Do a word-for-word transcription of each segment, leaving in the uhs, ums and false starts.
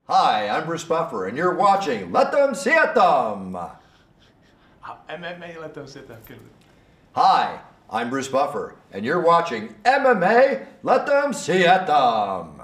Hi, I'm Bruce Buffer, and you're watching Let Them See It Them! M M A Letem světem, kyllä. Hi, I'm Bruce Buffer, and you're watching M M A Let Them See It Them!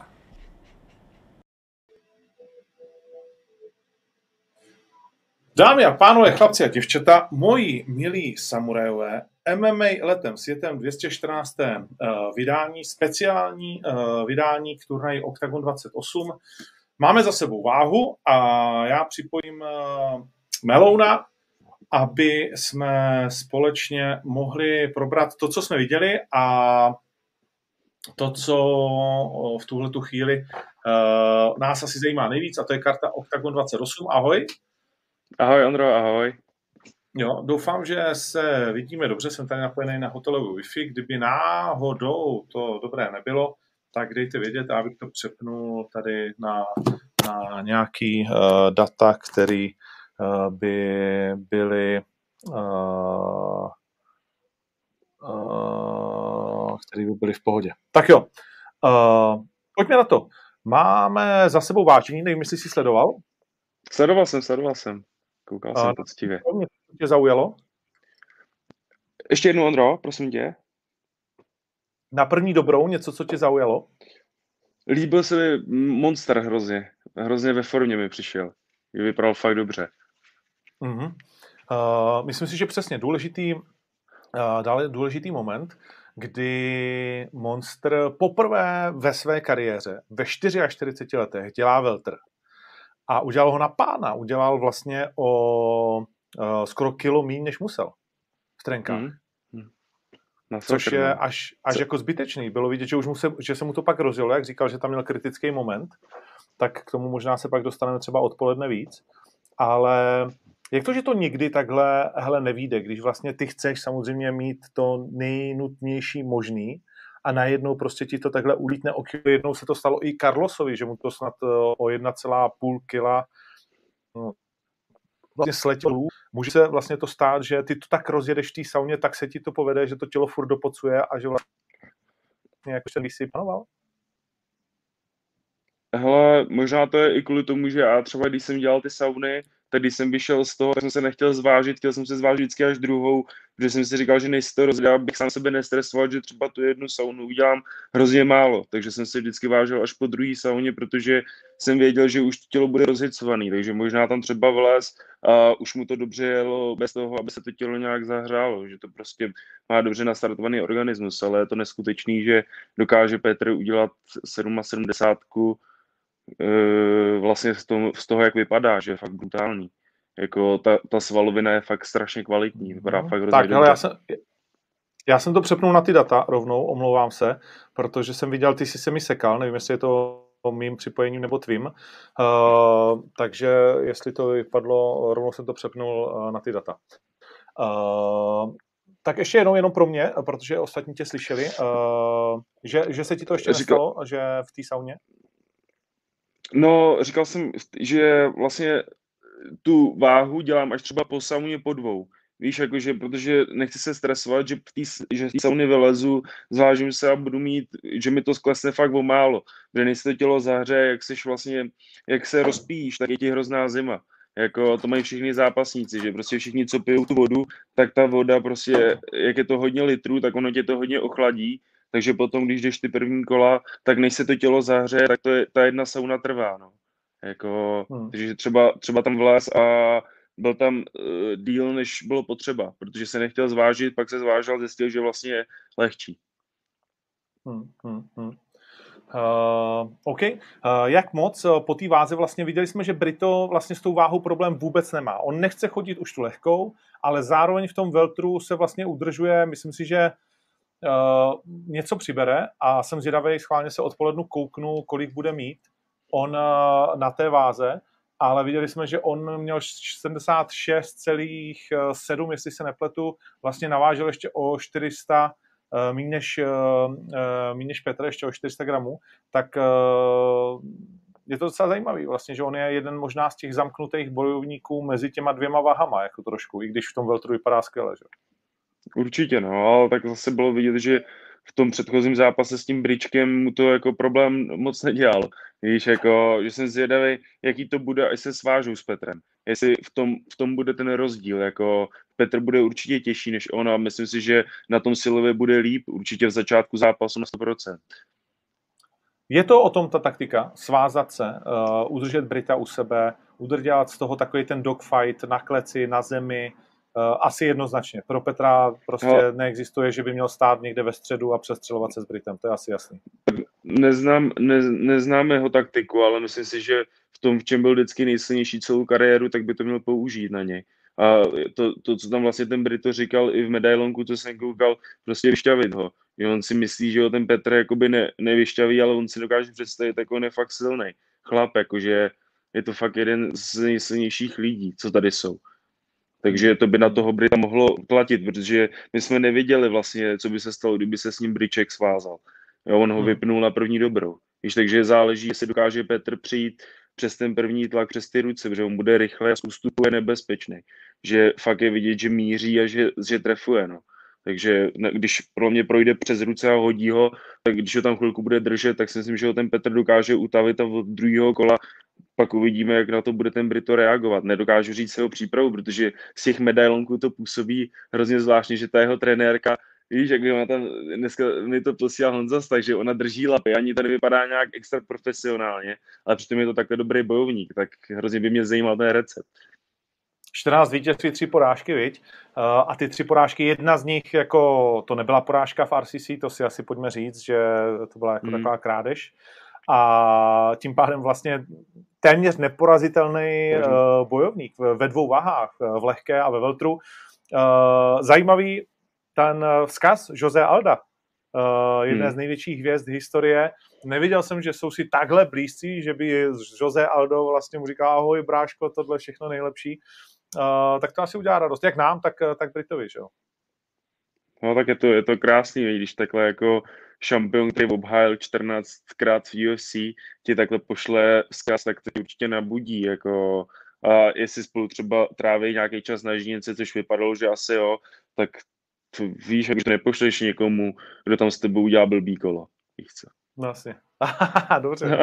Dámy a pánové, chlapci a děvčata, moji milí samurajové, M M A letem světem dvě stě čtrnáct. Uh, vydání, speciální uh, vydání k turnaji Octagon dvacet osm. Máme za sebou váhu a já připojím uh, Melouna, aby jsme společně mohli probrat to, co jsme viděli a to, co v tuhletu chvíli uh, nás asi zajímá nejvíc, a to je karta Octagon dvacet osm. Ahoj. Ahoj Ondro, ahoj. Jo, doufám, že se vidíme dobře, jsem tady napojený na hotelovou Wi-Fi. Kdyby náhodou to dobré nebylo, tak dejte vědět, abych to přepnul tady na, na nějaký uh, data, které uh, by byly uh, uh, které by byly v pohodě. Tak jo, uh, pojďme na to. Máme za sebou vážení, nevím, jestli jsi sledoval. Sledoval jsem, sledoval jsem. Koukal jsem poctivě. Co tě zaujalo? Ještě jednou, Ondro, prosím tě. Na první dobrou něco, co tě zaujalo? Líbil se mi Monster hrozně. Hrozně ve formě mi přišel. Vypadal fakt dobře. Uh-huh. Uh, myslím si, že přesně důležitý, uh, dále důležitý moment, kdy Monster poprvé ve své kariéře ve čtyřiceti čtyřech letech dělá welter. A udělal ho na pána. Udělal vlastně o uh, skoro kilo míň, než musel v trenkách. Mm. Což je až, až jako zbytečný. Bylo vidět, že, už mu se, že se mu to pak rozjelo, jak říkal, že tam měl kritický moment. Tak k tomu možná se pak dostaneme třeba odpoledne víc. Ale jak to, že to nikdy takhle hele, nevíde, když vlastně ty chceš samozřejmě mít to nejnutnější možný a najednou prostě ti to takhle ulítne o kilo. Jednou se to stalo i Carlosovi, že mu to snad o jedna celá pět kila no, vlastně sletělo. Může se vlastně to stát, že ty to tak rozjedeš v té sauně, tak se ti to povede, že to tělo furt dopocuje a že vlastně jako se si panoval? Hele, možná to je i kvůli tomu, že já třeba když jsem dělal ty sauny, tak když jsem vyšel z toho, tak jsem se nechtěl zvážit, chtěl jsem se zvážit vždycky až druhou, protože jsem si říkal, že než to rozdělal, bych sám sebe nestresoval, že třeba tu jednu saunu udělám hrozně málo, takže jsem se vždycky vážil až po druhé sauně, protože jsem věděl, že už to tělo bude rozhicovaný, takže možná tam třeba vlez a už mu to dobře jelo bez toho, aby se to tělo nějak zahřálo, že to prostě má dobře nastartovaný organismus, ale je to neskutečný, že dokáže Petr udělat sedmdesát sedm vlastně z toho, z toho, jak vypadá, že je fakt brutální. Jako ta, ta svalovina je fakt strašně kvalitní, vypadá fakt hrozně tak, dobře. Ale já jsem, já jsem to přepnul na ty data rovnou, omlouvám se, protože jsem viděl, ty jsi se mi sekal, nevím, jestli je to mým připojením nebo tvým, uh, takže jestli to vypadlo, rovnou jsem to přepnul uh, na ty data. Uh, tak ještě jednou, jenom pro mě, protože ostatní tě slyšeli, uh, že, že se ti to ještě Říkal... nestalo, že v té sauně? No, říkal jsem, že vlastně tu váhu dělám až třeba po sauně po dvou. Víš, jakože, protože nechci se stresovat, že v té že v té sauny vylezu, zvážím se a budu mít, že mi to sklesne fakt o málo. Protože než se to tělo zahřeje, jak seš vlastně, jak se rozpíjíš, tak je ti hrozná zima. Jako to mají všichni zápasníci, že prostě všichni, co pijou tu vodu, tak ta voda prostě, jak je to hodně litrů, tak ono tě to hodně ochladí. Takže potom, když jdeš ty první kola, tak než se to tělo zahřeje, tak to je, ta jedna sauna trvá, no. Jako, hmm. Takže třeba, třeba tam vlez a byl tam uh, díl, než bylo potřeba, protože se nechtěl zvážit, pak se zvážil, zjistil, že vlastně je lehčí. Hmm, hmm, hmm. Uh, OK. Uh, jak moc uh, po té váze vlastně viděli jsme, že Brito vlastně s tou váhou problém vůbec nemá. On nechce chodit už tu lehkou, ale zároveň v tom welteru se vlastně udržuje, myslím si, že Uh, něco přibere a jsem zvědavý, schválně se odpolednu kouknu, kolik bude mít on uh, na té váze, ale viděli jsme, že on měl sedmdesát šest celá sedm, jestli se nepletu, vlastně navážel ještě o čtyři sta uh, méně než, uh, méně než Petr, ještě o čtyři sta gramů, tak uh, je to docela zajímavý vlastně, že on je jeden možná z těch zamknutých bojovníků mezi těma dvěma váhama, jako trošku, i když v tom welteru vypadá skvěle, že? Určitě, no, ale tak zase bylo vidět, že v tom předchozím zápase s tím Bričkem mu to jako problém moc nedělal. Víš, jako, že jsem zvědavý, jaký to bude, až se svážou s Petrem. Jestli v tom, v tom bude ten rozdíl, jako Petr bude určitě těžší než on a myslím si, že na tom silově bude líp, určitě v začátku zápasu na sto procent. Je to o tom ta taktika, svázat se, uh, udržet Brita u sebe, udržet z toho takový ten dogfight na kleci, na zemi, uh, asi jednoznačně. Pro Petra prostě no. neexistuje, že by měl stát někde ve středu a přestřelovat se s Britem, to je asi jasný. Neznám, ne, neznám jeho taktiku, ale myslím si, že v tom, v čem byl vždycky nejsilnější celou kariéru, tak by to měl použít na něj. A to, to co tam vlastně ten Brito říkal i v medailonku, co jsem koukal, prostě vyšťavit ho. Že on si myslí, že ho ten Petr jakoby ne, nevyšťaví, ale on si dokáže představit, jako on je fakt silný chlap, jakože je to fakt jeden z nejsilnějších lidí, co tady jsou. Takže to by na toho Brita mohlo platit, protože my jsme nevěděli vlastně, co by se stalo, kdyby se s ním Briček svázal. Jo, on ho vypnul na první dobrou. Víš, takže záleží, jestli dokáže Petr přijít přes ten první tlak, přes ty ruce, protože on bude rychle a z ústupu je nebezpečný. Že fakt je vidět, že míří a že, že trefuje. No. Takže když pro mě projde přes ruce a hodí ho, tak když ho tam chvilku bude držet, tak si myslím, že ho ten Petr dokáže utavit a od druhého kola pak uvidíme, jak na to bude ten Brito reagovat. Nedokážu říct jeho přípravu, protože z těch medailonků to působí hrozně zvláštně, že ta jeho trenérka, víš, jak ona tam, dneska mi to posílá Honzas, takže ona drží lapy, ani to nevypadá nějak extra profesionálně, ale přitom je to takhle dobrý bojovník, tak hrozně by mě zajímal ten recept. čtrnáct vítězství, tři porážky, viď? A ty tři porážky, jedna z nich, jako to nebyla porážka v R C C, to si asi pojďme říct, že to byla jako hmm. taková krádež. A tím pádem vlastně téměř neporazitelný hmm. bojovník ve dvou váhách, v lehké a ve veltru. Zajímavý ten vzkaz Jose Alda, jedné hmm. z největších hvězd historie. Neviděl jsem, že jsou si takhle blízcí, že by Jose Aldo vlastně mu říkal ahoj bráško, tohle všechno nejlepší. Uh, tak to asi udělá radost. Jak nám, tak, tak Britovi, že jo? No tak je to, je to krásný, když takhle jako šampion, který obhájil čtrnáctkrát v U F C, ti takhle pošle vzkaz, tak to určitě nabudí. Jako, a jestli spolu třeba tráví nějaký čas na žíněnce, což vypadalo, že asi jo, tak to víš, jak to nepošleš někomu, kdo tam s tebou udělá blbý kolo. Víš co? No asi. Dobře.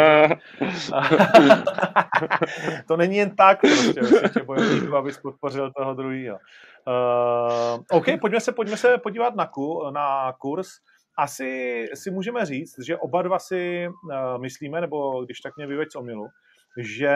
To není jen tak, prostě, prostě bojovník, abys podpořil toho druhého. Uh, OK, pojďme se, pojďme se podívat na, ku, na kurz. Asi si můžeme říct, že oba dva si uh, myslíme, nebo když tak mě vyveď z omylu, že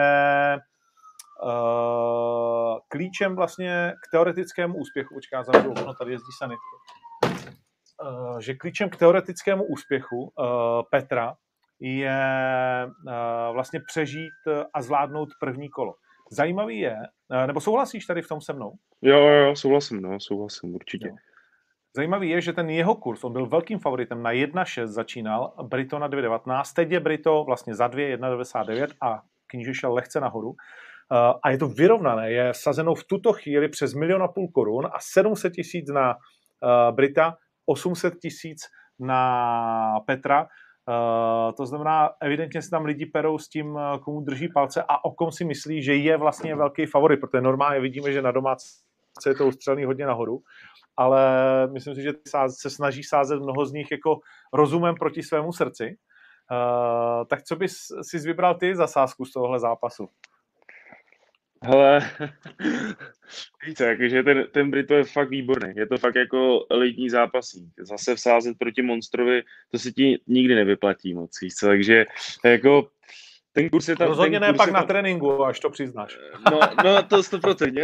uh, klíčem vlastně k teoretickému úspěchu, počká, zavřu okno, tady jezdí sanitky, uh, že klíčem k teoretickému úspěchu uh, Petra je uh, vlastně přežít a zvládnout první kolo. Zajímavý je, uh, nebo souhlasíš tady v tom se mnou? Jo, jo, souhlasím, no, souhlasím, určitě. Jo. Zajímavý je, že ten jeho kurz, on byl velkým favoritem, na jedna šest začínal, Brito na dvě devatenáct, teď je Brito vlastně za dvě jedna devadesát devět a kníže šel lehce nahoru. Uh, a je to vyrovnané, je vsazeno v tuto chvíli přes milion a půl korun a sedm set tisíc na uh, Brita, osm set tisíc na Petra. Uh, to znamená, evidentně se tam lidi perou s tím, komu drží palce a o kom si myslí, že je vlastně velký favorit, protože normálně vidíme, že na domácí je to ustřelený hodně nahoru, ale myslím si, že se snaží sázet mnoho z nich jako rozumem proti svému srdci. Uh, tak co bys si vybral ty za sázku z tohohle zápasu? Hele, víte, jakože ten, ten Brito je fakt výborný. Je to fakt jako elitní zápasník. Zase vsázet proti Monstrovi, to se ti nikdy nevyplatí moc. Takže jako ten kurz je tam... Rozhodně ne pak tam... na tréninku, až to přiznáš. No, no to sto procent.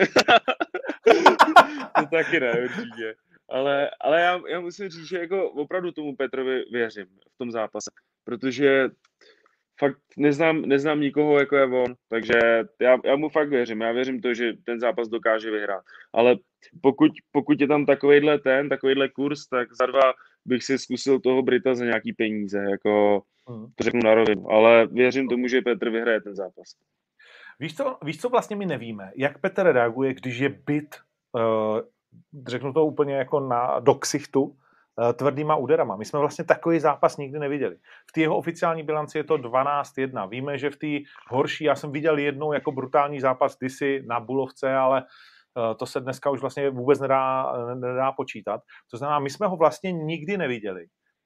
To taky ne, určitě. Ale, ale já, já musím říct, že jako opravdu tomu Petrovi věřím v tom zápase, protože fakt neznám, neznám nikoho, jako je on, takže já, já mu fakt věřím. Já věřím to, že ten zápas dokáže vyhrát. Ale pokud, pokud je tam takovejhle ten, takovejhle kurz, tak za dva bych si zkusil toho Brita za nějaký peníze, jako to řeknu na rovinu. Ale věřím tomu, že Petr vyhraje ten zápas. Víš co, víš, co vlastně my nevíme? Jak Petr reaguje, když je bit, uh, řeknu to úplně jako na, do ksichtu, uh, tvrdýma úderama. My jsme vlastně takový zápas nikdy neviděli. V té jeho oficiální bilanci je to dvanáct jedna. Víme, že v té horší, já jsem viděl jednou jako brutální zápas kdysi na Bulovce, ale uh, to se dneska už vlastně vůbec nedá, nedá počítat. To znamená, my jsme ho vlastně nikdy neviděli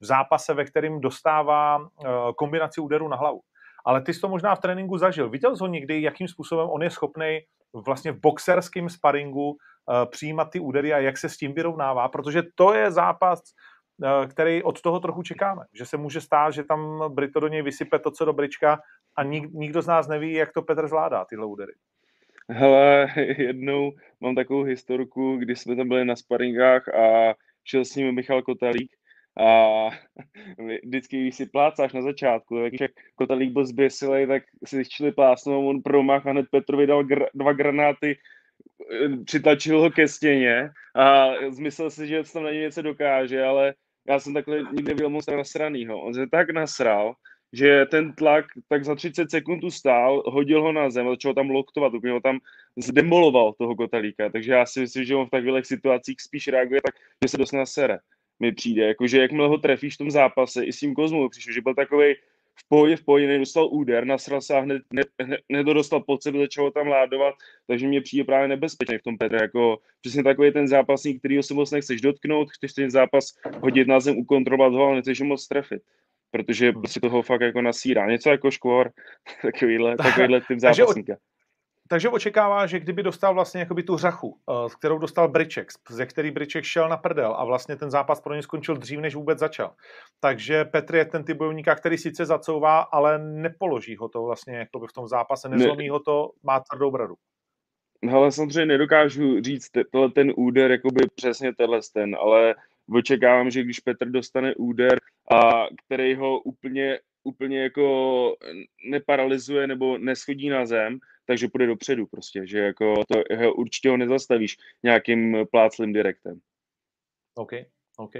v zápase, ve kterém dostává uh, kombinaci úderů na hlavu. Ale ty jsi to možná v tréninku zažil. Viděl jsi ho někdy, jakým způsobem on je schopný vlastně v boxerském sparingu uh, přijímat ty údery a jak se s tím vyrovnává, protože to je zápas, uh, který od toho trochu čekáme. Že se může stát, že tam Brito do něj vysype to, co do Brička a nik, nikdo z nás neví, jak to Petr zvládá, tyhle údery. Hele, jednou mám takovou historku, kdy jsme tam byli na sparingách a šel s ním Michal Kotalík a vždycky, když si plácáš na začátku, tak jak Kotalík byl zběsilej, tak si chtěli plásnout, on promach a hned Petrovi dal gr- dva granáty, přitlačil ho ke stěně a zmyslel si, že tam na něj něco dokáže, ale já jsem takhle nikdy viděl moc nasranýho. On se tak nasral, že ten tlak tak za třicet sekund stál, hodil ho na zem a začal tam loktovat, úplně ho tam zdemoloval toho Kotalíka, takže já si myslím, že on v takových situacích spíš reaguje tak, že se dost nasere. Mi přijde, jakože jakmile ho trefíš v tom zápase, i s tím Kozmou přišel, že byl takovej v pohodě, v pohodě, nedostal úder, nasral se a hned, hned, hned, hned to dostal pod sebe, začal ho tam ládovat, takže mě přijde právě nebezpečný v tom Petře, jako přesně takový ten zápasník, kterýho si moc nechceš dotknout, chceš ten zápas hodit na zem, ukontrolovat ho, ale nechceš ho moc trefit, protože prostě toho fakt jako nasírá, něco jako Škvor, takovýhle, takovýhle typ zápasníka. Takže očekává, že kdyby dostal vlastně jakoby tu řachu, kterou dostal Briček, ze který Briček šel na prdel a vlastně ten zápas pro ně skončil dřív, než vůbec začal. Takže Petr je ten typ bojovníka, který sice zacouvá, ale nepoloží ho to vlastně jakoby v tom zápase, nezlomí ne. ho to, má tvrdou bradu. Ale samozřejmě nedokážu říct tenhle ten úder, jakoby přesně tenhle ten, ale očekávám, že když Petr dostane úder, a který ho úplně, úplně jako neparalyzuje nebo neschodí na zem, takže půjde dopředu prostě, že jako to ho určitě ho nezastavíš nějakým pláclým direktem. OK, OK.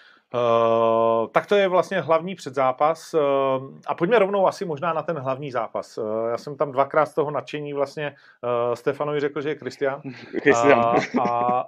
Uh, tak to je vlastně hlavní předzápas uh, a pojďme rovnou asi možná na ten hlavní zápas. Uh, já jsem tam dvakrát z toho nadšení vlastně uh, Stefanovi řekl, že je Kristián. Uh, a...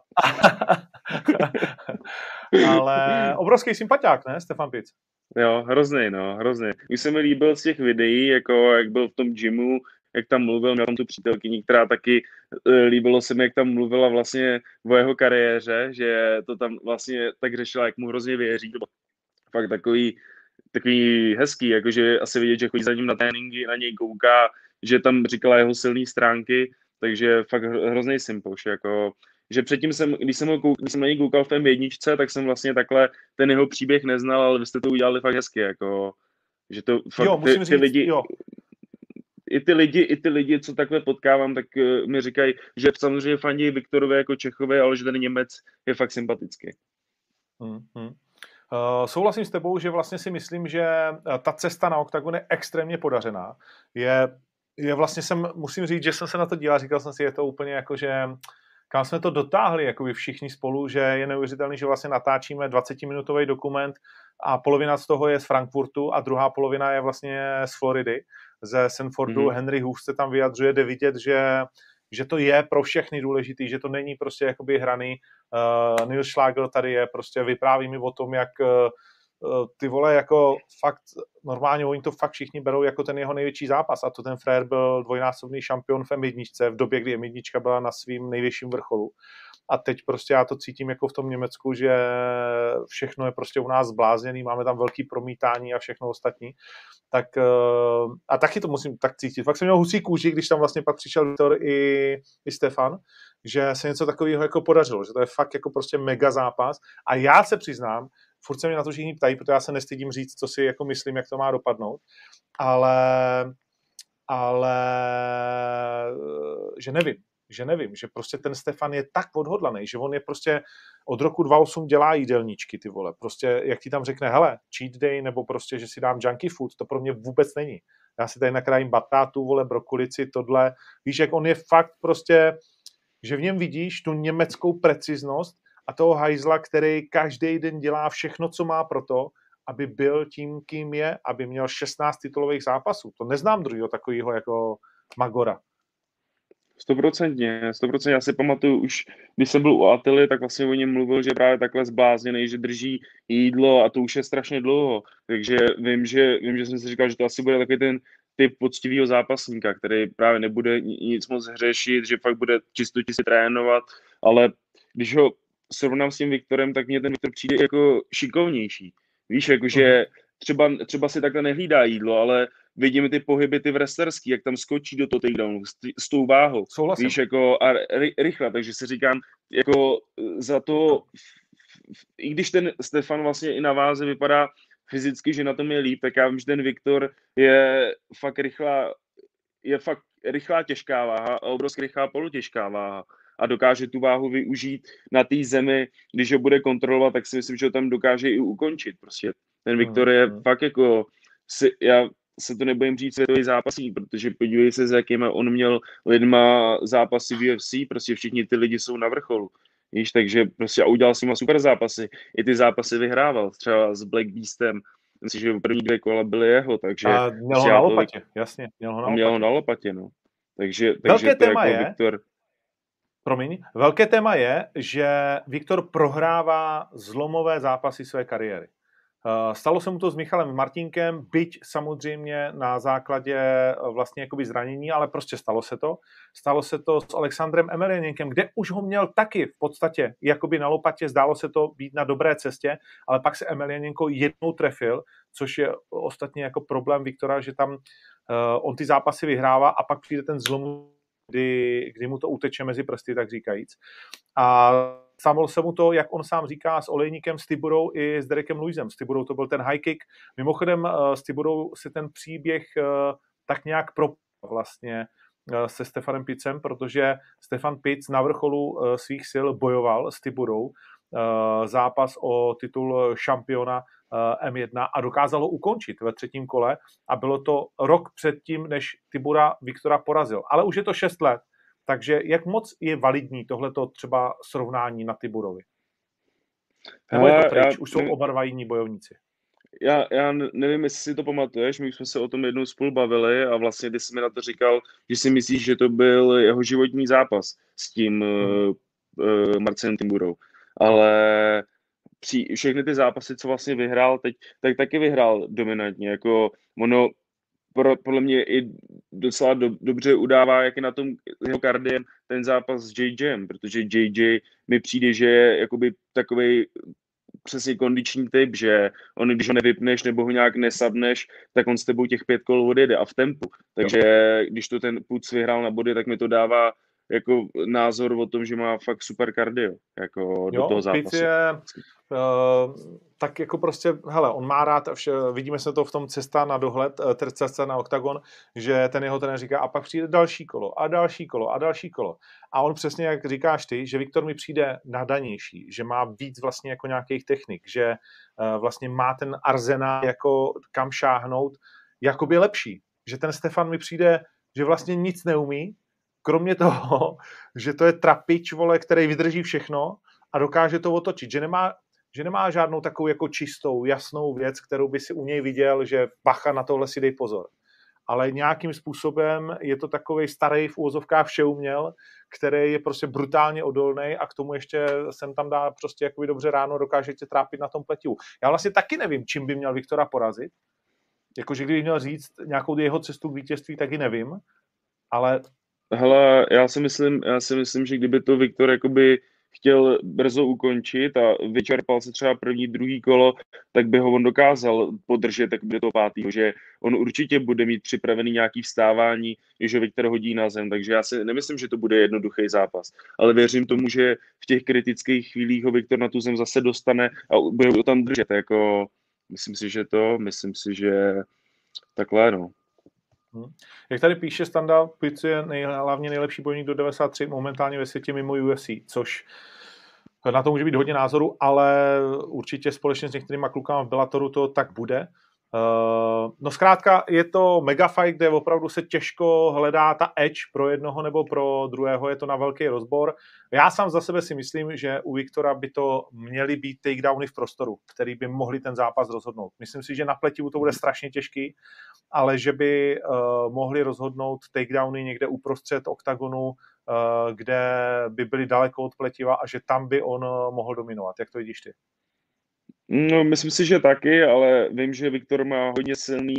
Ale obrovský sympatiák, ne, Stefan Pic? Jo, hrozný, no, hrozný. Už se mi líbil z těch videí, jako jak byl v tom gymu, jak tam mluvil, měl tam tu přítelkyni, která taky líbilo se mi, jak tam mluvila vlastně o jeho kariéře, že to tam vlastně tak řešila, jak mu hrozně věří. To bylo fakt takový, takový hezký, jakože asi vidět, že chodí za ním na tréninky, na něj kouká, že tam říkala jeho silné stránky, takže fakt hrozný sympoš, jako že předtím jsem, když jsem, ho kouk, když jsem na něj koukal v té jedničce, tak jsem vlastně takhle ten jeho příběh neznal, ale vy jste to udělali fakt hezky, jako, že to fakt jo, musím ty, říct, ty lidi... Jo. I ty lidi, i ty lidi, co takhle potkávám, tak uh, mi říkají, že samozřejmě fandí Viktorovi jako Čechovi, ale že ten Němec je fakt sympatický. Hmm, hmm. Uh, souhlasím s tebou, že vlastně si myslím, že ta cesta na OKTAGON je extrémně podařená. Je, je vlastně jsem, musím říct, že jsem se na to díval, říkal jsem si, je to úplně jako, že kam jsme to dotáhli, jakoby všichni spolu, že je neuvěřitelný, že vlastně natáčíme dvacetiminutový dokument a polovina z toho je z Frankfurtu a druhá polovina je vlastně z Floridy, ze Sanfordu. Mm-hmm. Henry Hoof se tam vyjadřuje, jde vidět, že, že to je pro všechny důležitý, že to není prostě jakoby hraný. Uh, Nils Schlagl tady je, prostě vypráví mi o tom, jak uh, ty vole jako fakt, normálně oni to fakt všichni berou jako ten jeho největší zápas a to ten Frér byl dvojnásobný šampion v em jedna v době, kdy em jedna byla na svým nejvyšším vrcholu. A teď prostě já to cítím jako v tom Německu, že všechno je prostě u nás zblázněný, máme tam velký promítání a všechno ostatní. Tak a taky to musím tak cítit. Fakt jsem měl husí kůži, když tam vlastně pak přišel Viktor i, i Stefan, že se něco takového jako podařilo, že to je fakt jako prostě mega zápas. A já se přiznám, furt se mě na to všichni ptají, protože já se nestydím říct, co si jako myslím, jak to má dopadnout, ale, ale že nevím, že nevím, že prostě ten Stefan je tak odhodlaný, že on je prostě od roku dva tisíce osm dělá jídelníčky, ty vole, prostě jak ti tam řekne, hele, cheat day, nebo prostě, že si dám junkie food, to pro mě vůbec není. Já si tady nakrájím batátu, vole, brokolici, tohle, víš, jak on je fakt prostě, že v něm vidíš tu německou preciznost a toho hajzla, který každý den dělá všechno, co má pro to, aby byl tím, kým je, aby měl šestnáct titulových zápasů. To neznám druhýho takového jako Magora. Stoprocentně, stoprocentně. Já si pamatuju už, když jsem byl u Attily, tak vlastně o něm mluvil, že je právě takhle zblázněný, že drží jídlo a to už je strašně dlouho. Takže vím, že, vím, že jsem si říkal, že to asi bude takový ten typ poctivého zápasníka, který právě nebude nic moc hřešit, že fakt bude čistotě si trénovat, ale když ho srovnám s tím Viktorem, tak mně ten Viktor přijde jako šikovnější. Víš, jakože třeba, třeba si takhle nehlídá jídlo, ale vidíme ty pohyby, ty wrestlerský, jak tam skočí do toho takedownu s, s tou váhou. Souhlasím. Víš, jako a ry, rychle, takže si říkám, jako za to, i když ten Stefan vlastně i na váze vypadá fyzicky, že na tom je líp, tak já vím, že ten Viktor je fakt rychlá, je fakt rychlá těžká váha a obrovsky rychlá polotěžká váha a dokáže tu váhu využít na té zemi, když ho bude kontrolovat, tak si myslím, že ho tam dokáže i ukončit. Prostě ten Viktor je mm. fakt jako, si, já se to nebojím říct světový zápasník, protože podívej se, s jakými on měl lidma zápasy v U F C, prostě všichni ty lidi jsou na vrcholu. Víš, takže prostě a udělal s nima super zápasy. I ty zápasy vyhrával, třeba s Black Beastem. Myslím, že první dvě kola byly jeho, takže... A měl ho na lopatě, to, jasně. Měl ho na měl lopatě. ho na lopatě, no. Takže, Velké takže to téma jako je, Viktor... Promiň, velké téma je, že Viktor prohrává zlomové zápasy své kariéry. Stalo se mu to s Michalem Martinkem, byť samozřejmě na základě vlastně jakoby zranění, ale prostě stalo se to. Stalo se to s Alexandrem Emelianenkem, kde už ho měl taky v podstatě jakoby na lopatě, zdálo se to být na dobré cestě, ale pak se Emelianenko jednou trefil, což je ostatně jako problém Viktora, že tam uh, on ty zápasy vyhrává a pak přijde ten zlom, kdy, kdy mu to uteče mezi prsty, tak říkajíc. A stalo se mu to, jak on sám říká, s Olejníkem, s Tiburou i s Derekem Luisem. S Tiburou to byl ten high kick. Mimochodem s Tiburou si ten příběh tak nějak propal vlastně se Stefanem Pitzem, protože Stefan Pitz na vrcholu svých sil bojoval s Tiburou zápas o titul šampiona M jedna a dokázalo ukončit ve třetím kole a bylo to rok předtím, než Tibura Viktora porazil. Ale už je to šest let. Takže jak moc je validní tohleto třeba srovnání na Tiburovi? Nebo je to pryč? Já, už jsou oba dva jiní bojovníci. Já, já nevím, jestli si to pamatuješ, my jsme se o tom jednou spolu bavili a vlastně ty jsi mi na to říkal, že si myslíš, že to byl jeho životní zápas s tím hmm. uh, Marcelem Tiburou. Ale při, všechny ty zápasy, co vlastně vyhrál teď, tak taky vyhrál dominantně. Jako ono pro, podle mě i docela do, dobře udává, jak je na tom jeho kardiem ten zápas s J Jem, protože J J mi přijde, že je jakoby takovej přesně kondiční typ, že on, když ho nevypneš nebo ho nějak nesabneš, tak on s tebou těch pět kol odjede a v tempu. Takže jo. Když to ten Puc vyhrál na body, tak mi to dává jako názor o tom, že má fakt super kardio jako jo, do toho zápasu. Je, uh, tak jako prostě, hele, on má rád, vše, vidíme se to v tom Cesta na dohled, cesta na oktagon, že ten jeho trenér říká a pak přijde další kolo a další kolo a další kolo. A on přesně, jak říkáš ty, že Viktor mi přijde nadanější, že má víc vlastně jako nějakých technik, že uh, vlastně má ten arzenál jako kam šáhnout, jakoby lepší. Že ten Stefan mi přijde, že vlastně nic neumí, kromě toho, že to je trapič, vole, který vydrží všechno a dokáže to otočit, že nemá, že nemá žádnou takovou jako čistou, jasnou věc, kterou by si u něj viděl, že bacha, na tohle si dej pozor. Ale nějakým způsobem je to takovej starý v úvozovkách všeuměl, který je prostě brutálně odolný a k tomu ještě sem tam dá prostě jakoby dobře ráno, dokáže tě trápit na tom pletiu. Já vlastně taky nevím, čím by měl Viktora porazit. Jakože kdyby měl říct nějakou jeho cestu k vítězství, taky nevím, ale hele, já si myslím, já si myslím, že kdyby to Viktor jakoby chtěl brzo ukončit a vyčerpal se třeba první, druhý kolo, tak by ho on dokázal podržet tak do toho pátého, že on určitě bude mít připravený nějaký vstávání, že Viktor hodí na zem, takže já si nemyslím, že to bude jednoduchý zápas, ale věřím tomu, že v těch kritických chvílích ho Viktor na tu zem zase dostane a bude ho tam držet, jako myslím si, že to, myslím si, že takhle, no. Hmm. Jak tady píše Standa, Pitz je nej, hlavně nejlepší bojovník do devadesát tři momentálně ve světě mimo U F C, což na to může být hodně názoru, ale určitě společně s některýma klukama v Bellatoru to tak bude. Uh, no zkrátka je to mega fight, kde opravdu se těžko hledá ta edge pro jednoho nebo pro druhého, je to na velký rozbor. Já sám za sebe si myslím, že u Viktora by to měly být takedowny v prostoru, který by mohli ten zápas rozhodnout. Myslím si, že na pletivu to bude strašně těžký, ale že by uh, mohli rozhodnout takedowny někde uprostřed oktagonu, uh, kde by byli daleko od pletiva a že tam by on uh, mohl dominovat. Jak to vidíš ty? No, myslím si, že taky, ale vím, že Viktor má hodně silný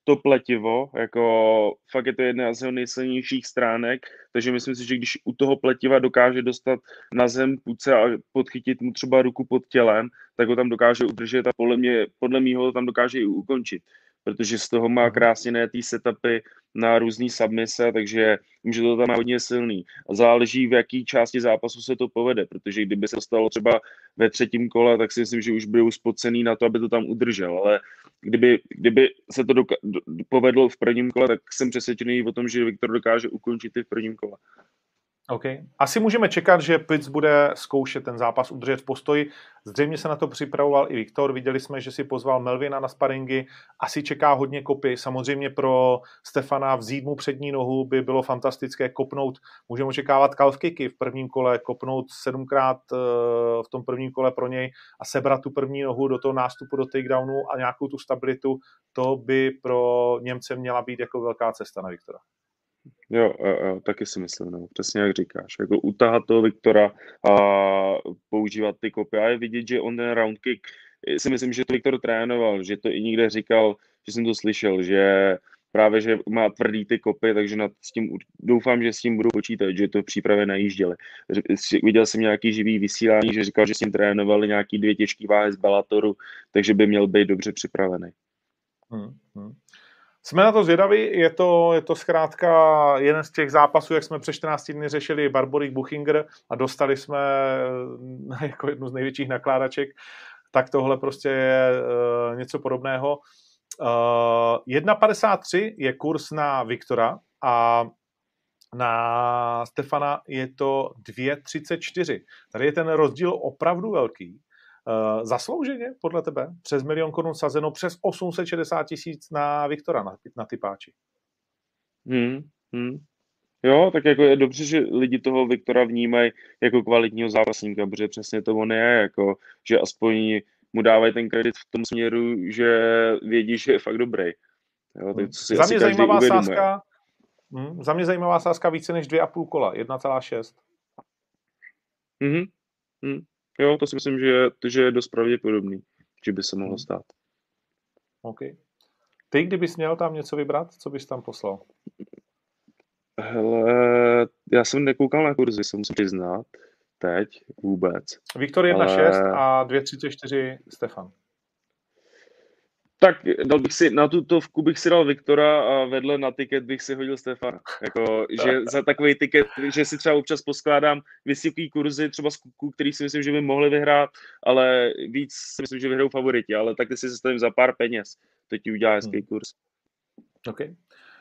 to pletivo, jako fakt je to jedna z jeho nejsilnějších stránek, takže myslím si, že když u toho pletiva dokáže dostat na zem půdce a podchytit mu třeba ruku pod tělem, tak ho tam dokáže udržet a podle mě, podle mýho tam dokáže i ukončit, protože z toho má krásně najatý setupy na různý submise, takže vím, že to tam má hodně silný. A záleží, v jaký části zápasu se to povede, protože kdyby se stalo třeba ve třetím kole, tak si myslím, že už budou spocený na to, aby to tam udržel, ale kdyby, kdyby se to doka- do- povedlo v prvním kole, tak jsem přesvědčený o tom, že Viktor dokáže ukončit i v prvním kole. OK. Asi můžeme čekat, že Pitts bude zkoušet ten zápas udržet v postoji. Zřejmě se na to připravoval i Viktor. Viděli jsme, že si pozval Melvina na sparingy. Asi čeká hodně kopy. Samozřejmě pro Stefana vzít mu přední nohu by bylo fantastické kopnout. Můžeme očekávat calf kicky v prvním kole, kopnout sedmkrát v tom prvním kole pro něj a sebrat tu první nohu do toho nástupu do takedownu a nějakou tu stabilitu. To by pro Němce měla být jako velká cesta na Viktora. Jo, jo, jo, taky si myslím, no, přesně jak říkáš. Jako utahat toho Viktora a používat ty kopy. A je vidět, že on ten round kick, si myslím, že to Viktor trénoval, že to i někde říkal, že jsem to slyšel, že právě, že má tvrdý ty kopy, takže nad s tím, doufám, že s tím budu počítat, že to v přípravě najížděli. Viděl jsem nějaký živý vysílání, že říkal, že s tím trénovali nějaký dvě těžký váhy z Bellatoru, takže by měl být dobře připravený. Hmm, hmm. Jsme na to zvědaví, je to, je to zkrátka jeden z těch zápasů, jak jsme před čtrnácti dny řešili Barborík Buchinger a dostali jsme jako jednu z největších nakládaček, tak tohle prostě je uh, něco podobného. Uh, jedna padesát tři je kurz na Viktora a na Stefana je to dva třicet čtyři. Tady je ten rozdíl opravdu velký. Uh, zaslouženě, podle tebe, přes milion korun sazeno, přes osm set šedesát tisíc na Viktora, na, na typáči. Hmm, hmm. Jo, tak jako je dobře, že lidi toho Viktora vnímají jako kvalitního zápasníka, protože přesně to on je, jako, že aspoň mu dávají ten kredit v tom směru, že vědí, že je fakt dobrý. Jo, tak si za mě zajímavá uvědomuje. sázka, hm, za mě zajímavá sázka více než dvě a půl kola, jedna celá šest. Mhm, hm. Jo, to si myslím, že je, že je dost pravděpodobný, že by se mohlo stát. OK. Ty, kdybys měl tam něco vybrat, co bys tam poslal? Hele, já jsem nekoukal na kurzy, se musím přiznat, teď vůbec. Viktor jedna šest ale... a dva třicet čtyři Stefan. Tak dal bych si, na tutovku bych si dal Viktora a vedle na tiket bych si hodil Stefana. Jako, že za takový tiket, že si třeba občas poskládám vysoký kurzy, třeba z kuků, který si myslím, že by mohli vyhrát, ale víc si myslím, že vyhrajou favoriti, ale tak ty si sestavím za pár peněz. To ti udělá hezký hmm. kurz. OK. Uh,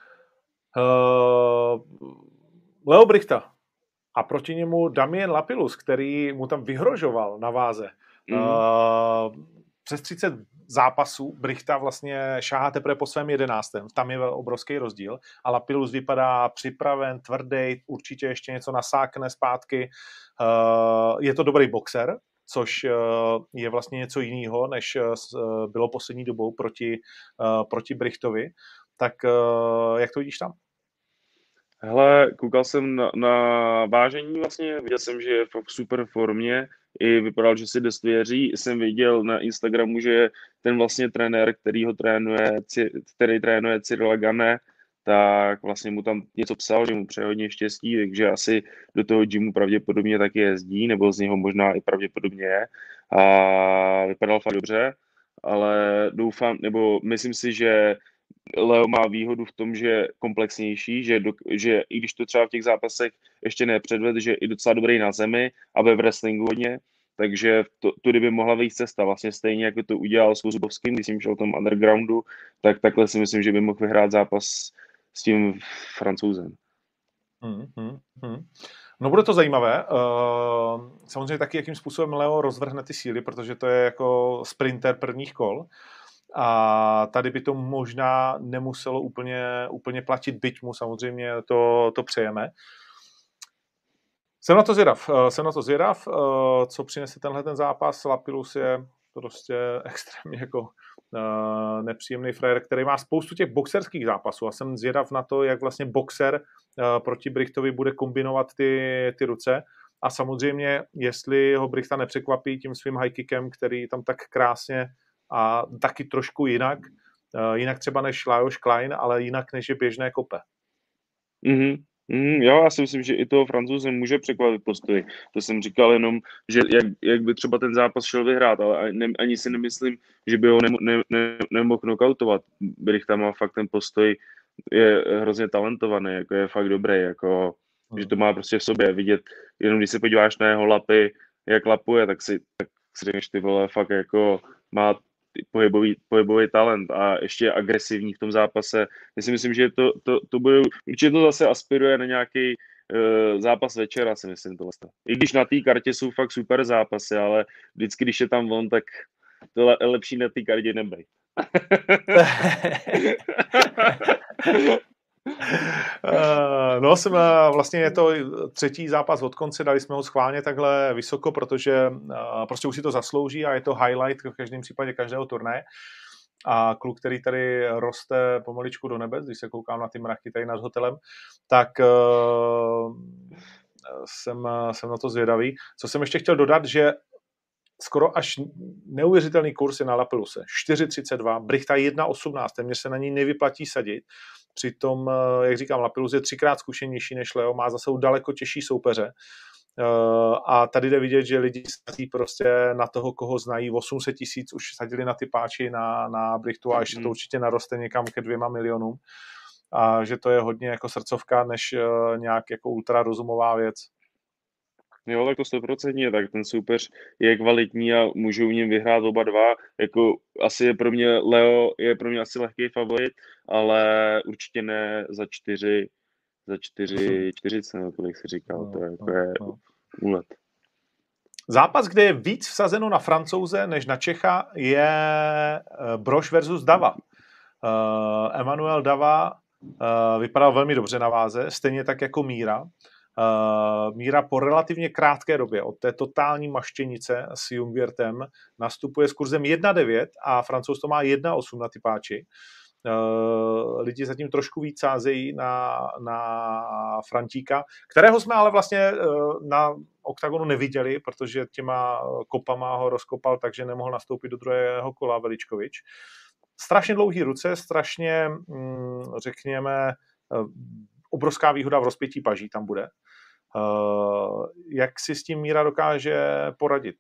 Leo Brichta a proti němu Damien Lapillus, který mu tam vyhrožoval na váze. Mm. Uh, přes třicet zápasů Brichta vlastně šáhá teprve po svém jedenáctém. Tam je obrovský rozdíl. A Lapillus vypadá připraven, tvrdý, určitě ještě něco nasákne zpátky. Uh, je to dobrý boxer, což uh, je vlastně něco jiného, než uh, bylo poslední dobou proti, uh, proti Brichtovi. Tak uh, jak to vidíš tam? Hele, koukal jsem na, na vážení vlastně, viděl jsem, že je v super formě, i vypadal, že si dost věří. Jsem viděl na Instagramu, že ten vlastně trenér, který ho trénuje, který trénuje Cyrila Gane, tak vlastně mu tam něco psal, že mu přeje hodně štěstí, takže asi do toho gymu pravděpodobně taky jezdí, nebo z něho možná i pravděpodobně je. A vypadal fakt dobře, ale doufám, nebo myslím si, že Leo má výhodu v tom, že je komplexnější, že, do, že i když to třeba v těch zápasech ještě nepředved, že je docela dobrý na zemi a ve wrestlingu hodně, takže to, tudy by mohla vyjít cesta. Vlastně stejně, jako to udělal s Vozubovským, když jsem šel v tom undergroundu, tak takhle si myslím, že by mohl vyhrát zápas s tím Francouzem. Hmm, hmm, hmm. No bude to zajímavé. Uh, samozřejmě taky, jakým způsobem Leo rozvrhne ty síly, protože to je jako sprinter prvních kol. A tady by to možná nemuselo úplně, úplně platit, byť mu samozřejmě to, to přejeme. Jsem na to zvědav. Jsem na to zvědav, co přinese tenhle ten zápas. Lapillus je prostě extrémně jako nepříjemný frajer, který má spoustu těch boxerských zápasů a jsem zvědav na to, jak vlastně boxer proti Brichtovi bude kombinovat ty, ty ruce. A samozřejmě, jestli ho Brichta nepřekvapí tím svým high kickem, který tam tak krásně a taky trošku jinak jinak třeba než Lajos Klein, ale jinak než je běžné kope. Mm-hmm. Mm, jo, já si myslím, že i toho Francouze může překvapit postoj. To jsem říkal jenom, že jak, jak by třeba ten zápas šel vyhrát, ale ne, ani si nemyslím, že by ho nemo, ne, ne, nemohl knockoutovat. Brichta má fakt ten postoj, je hrozně talentovaný, jako je fakt dobrý, jako, hmm. že to má prostě v sobě vidět, jenom když se podíváš na jeho lapy, jak lapuje, tak si, tak si řekneš, ty vole, fakt jako má pohybový, pohybový talent a ještě je agresivní v tom zápase. Já si myslím, že to, to, to bude, určitě to zase aspiruje na nějaký uh, zápas večera, si myslím tohle. I když na té kartě jsou fakt super zápasy, ale vždycky, když je tam on, tak to je lepší na té kartě nebej. Uh, no, jsem, uh, vlastně je to třetí zápas od konce, dali jsme ho schválně takhle vysoko, protože uh, prostě už si to zaslouží a je to highlight v každém případě každého turnaje. A kluk, který tady roste pomaličku do nebes, když se koukám na ty mraky tady nad hotelem, tak uh, jsem, jsem na to zvědavý. Co jsem ještě chtěl dodat, že skoro až neuvěřitelný kurz je na Lapiluse. čtyři třicet dva, Brichta jedna osmnáct, téměř se na něj nevyplatí sadit. Přitom, jak říkám, Lapilus je třikrát zkušenější než Leo, má zase daleko těžší soupeře. A tady jde vidět, že lidi sadí prostě na toho, koho znají. osm set tisíc už sadili na ty páči na, na Brichtu a ještě to určitě naroste někam ke dvěma milionům. A že to je hodně jako srdcovka, než nějak jako ultra rozumová věc. Jo, tak to stoprocentně, tak ten soupeř je kvalitní a můžou v něm vyhrát oba dva. Jako asi je pro mě, Leo je pro mě asi lehký favorit, ale určitě ne za čtyři, za čtyři, čtyřicet, nebo kolik se říkal, to je, jako je úlet. Zápas, kde je víc vsazeno na Francouze než na Čecha, je Brož versus Dava. Uh, Emanuel Dava uh, vypadal velmi dobře na váze, stejně tak jako Míra. Uh, Míra po relativně krátké době od té totální maštěnice s Jungwirtem nastupuje s kurzem jedna devět a Francouz to má jedna osm na typáči. Uh, lidi zatím trošku víc sázejí na, na Frantíka, kterého jsme ale vlastně uh, na oktagonu neviděli, protože těma kopama ho rozkopal, takže nemohl nastoupit do druhého kola Veličkovič. Strašně dlouhý ruce, strašně, mm, řekněme, uh, obrovská výhoda v rozpětí paží tam bude. Uh, jak si s tím Míra dokáže poradit?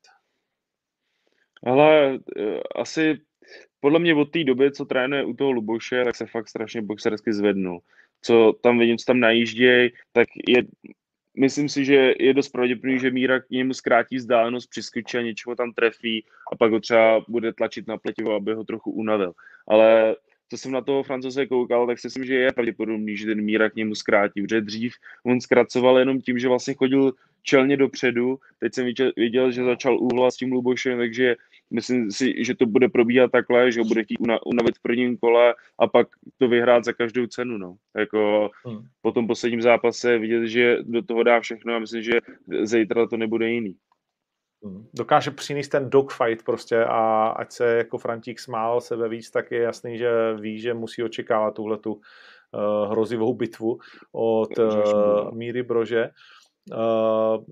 Ale uh, asi podle mě od té doby, co trénuje u toho Luboše, tak se fakt strašně boxersky zvednul. Co tam vidím, co tam najížděj, tak je, myslím si, že je dost pravděpodobný, že Míra k němu zkrátí vzdálenost, přiskočí a něčeho tam trefí a pak ho třeba bude tlačit na pletivo, aby ho trochu unavil. Ale co jsem na toho Francouze koukal, tak si myslím, že je pravděpodobný, že ten Míra k němu zkrátí, protože dřív on zkracoval jenom tím, že vlastně chodil čelně dopředu, teď jsem viděl, že začal úhlat s tím Lubošem, takže myslím si, že to bude probíhat takhle, že ho bude chtít unavit v prvním kole a pak to vyhrát za každou cenu. No. Jako hmm. po tom posledním zápase vidět, že do toho dá všechno a myslím, že zítra to nebude jiný. Dokáže přinést ten dogfight prostě a ať se jako Frantík smál sebe víc, tak je jasný, že ví, že musí očekávat tuhletu uh, hrozivou bitvu od uh, Míry Brože. Uh,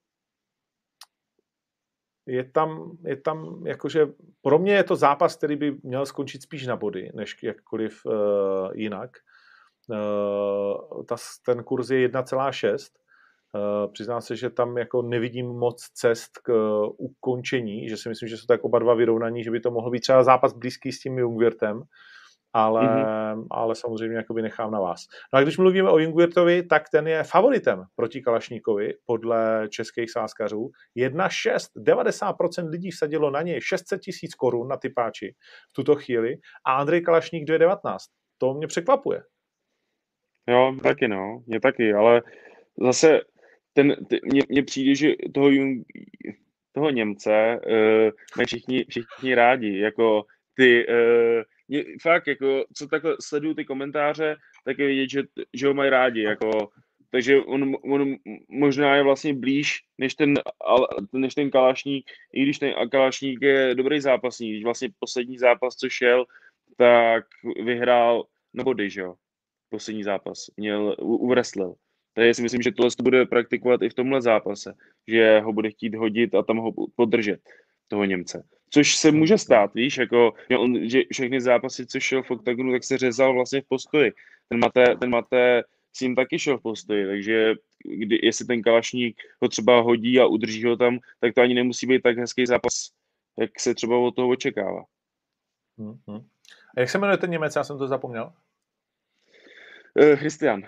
je tam, je tam jakože, pro mě je to zápas, který by měl skončit spíš na body, než jakkoliv uh, jinak. Uh, ta, ten kurz je jedna celá šest. Uh, přiznám se, že tam jako nevidím moc cest k uh, ukončení, že si myslím, že jsou tak oba dva vyrovnaní, že by to mohl být třeba zápas blízký s tím Jungwirtem, ale, mm-hmm. ale samozřejmě jakoby nechám na vás. No a když mluvíme o Jungwirtovi, tak ten je favoritem proti Kalašníkovi podle českých sázkařů. jedna šest, devadesát procent lidí vsadilo na něj šest set tisíc korun na typáči v tuto chvíli a Andrej Kalašník dvě devatenáct. To mě překvapuje. Jo, taky no, mě taky, ale zase ten, ten, mně, mně přijde, že toho, toho Němce uh, mají všichni, všichni rádi, jako ty, uh, mě, fakt, jako, co takhle sleduju ty komentáře, tak je vidět, že, že ho mají rádi, jako, takže on, on možná je vlastně blíž než ten, než ten Kalašník, i když ten Kalašník je dobrý zápasník, když vlastně poslední zápas, co šel, tak vyhrál na body, že jo, poslední zápas, měl, uvreslil. Takže si myslím, že tohle to bude praktikovat i v tomhle zápase, že ho bude chtít hodit a tam ho podržet, toho Němce. Což se může stát, víš, jako, že, on, že všechny zápasy, co šel v oktagonu, tak se řezal vlastně v postoji. Ten Mate, ten Mate s ním taky šel v postoji, takže kdy, jestli ten Kalašník ho třeba hodí a udrží ho tam, tak to ani nemusí být tak hezký zápas, jak se třeba od toho očekává. Hmm, hmm. A jak se jmenuje ten Němec? Já jsem to zapomněl. Uh, Christian.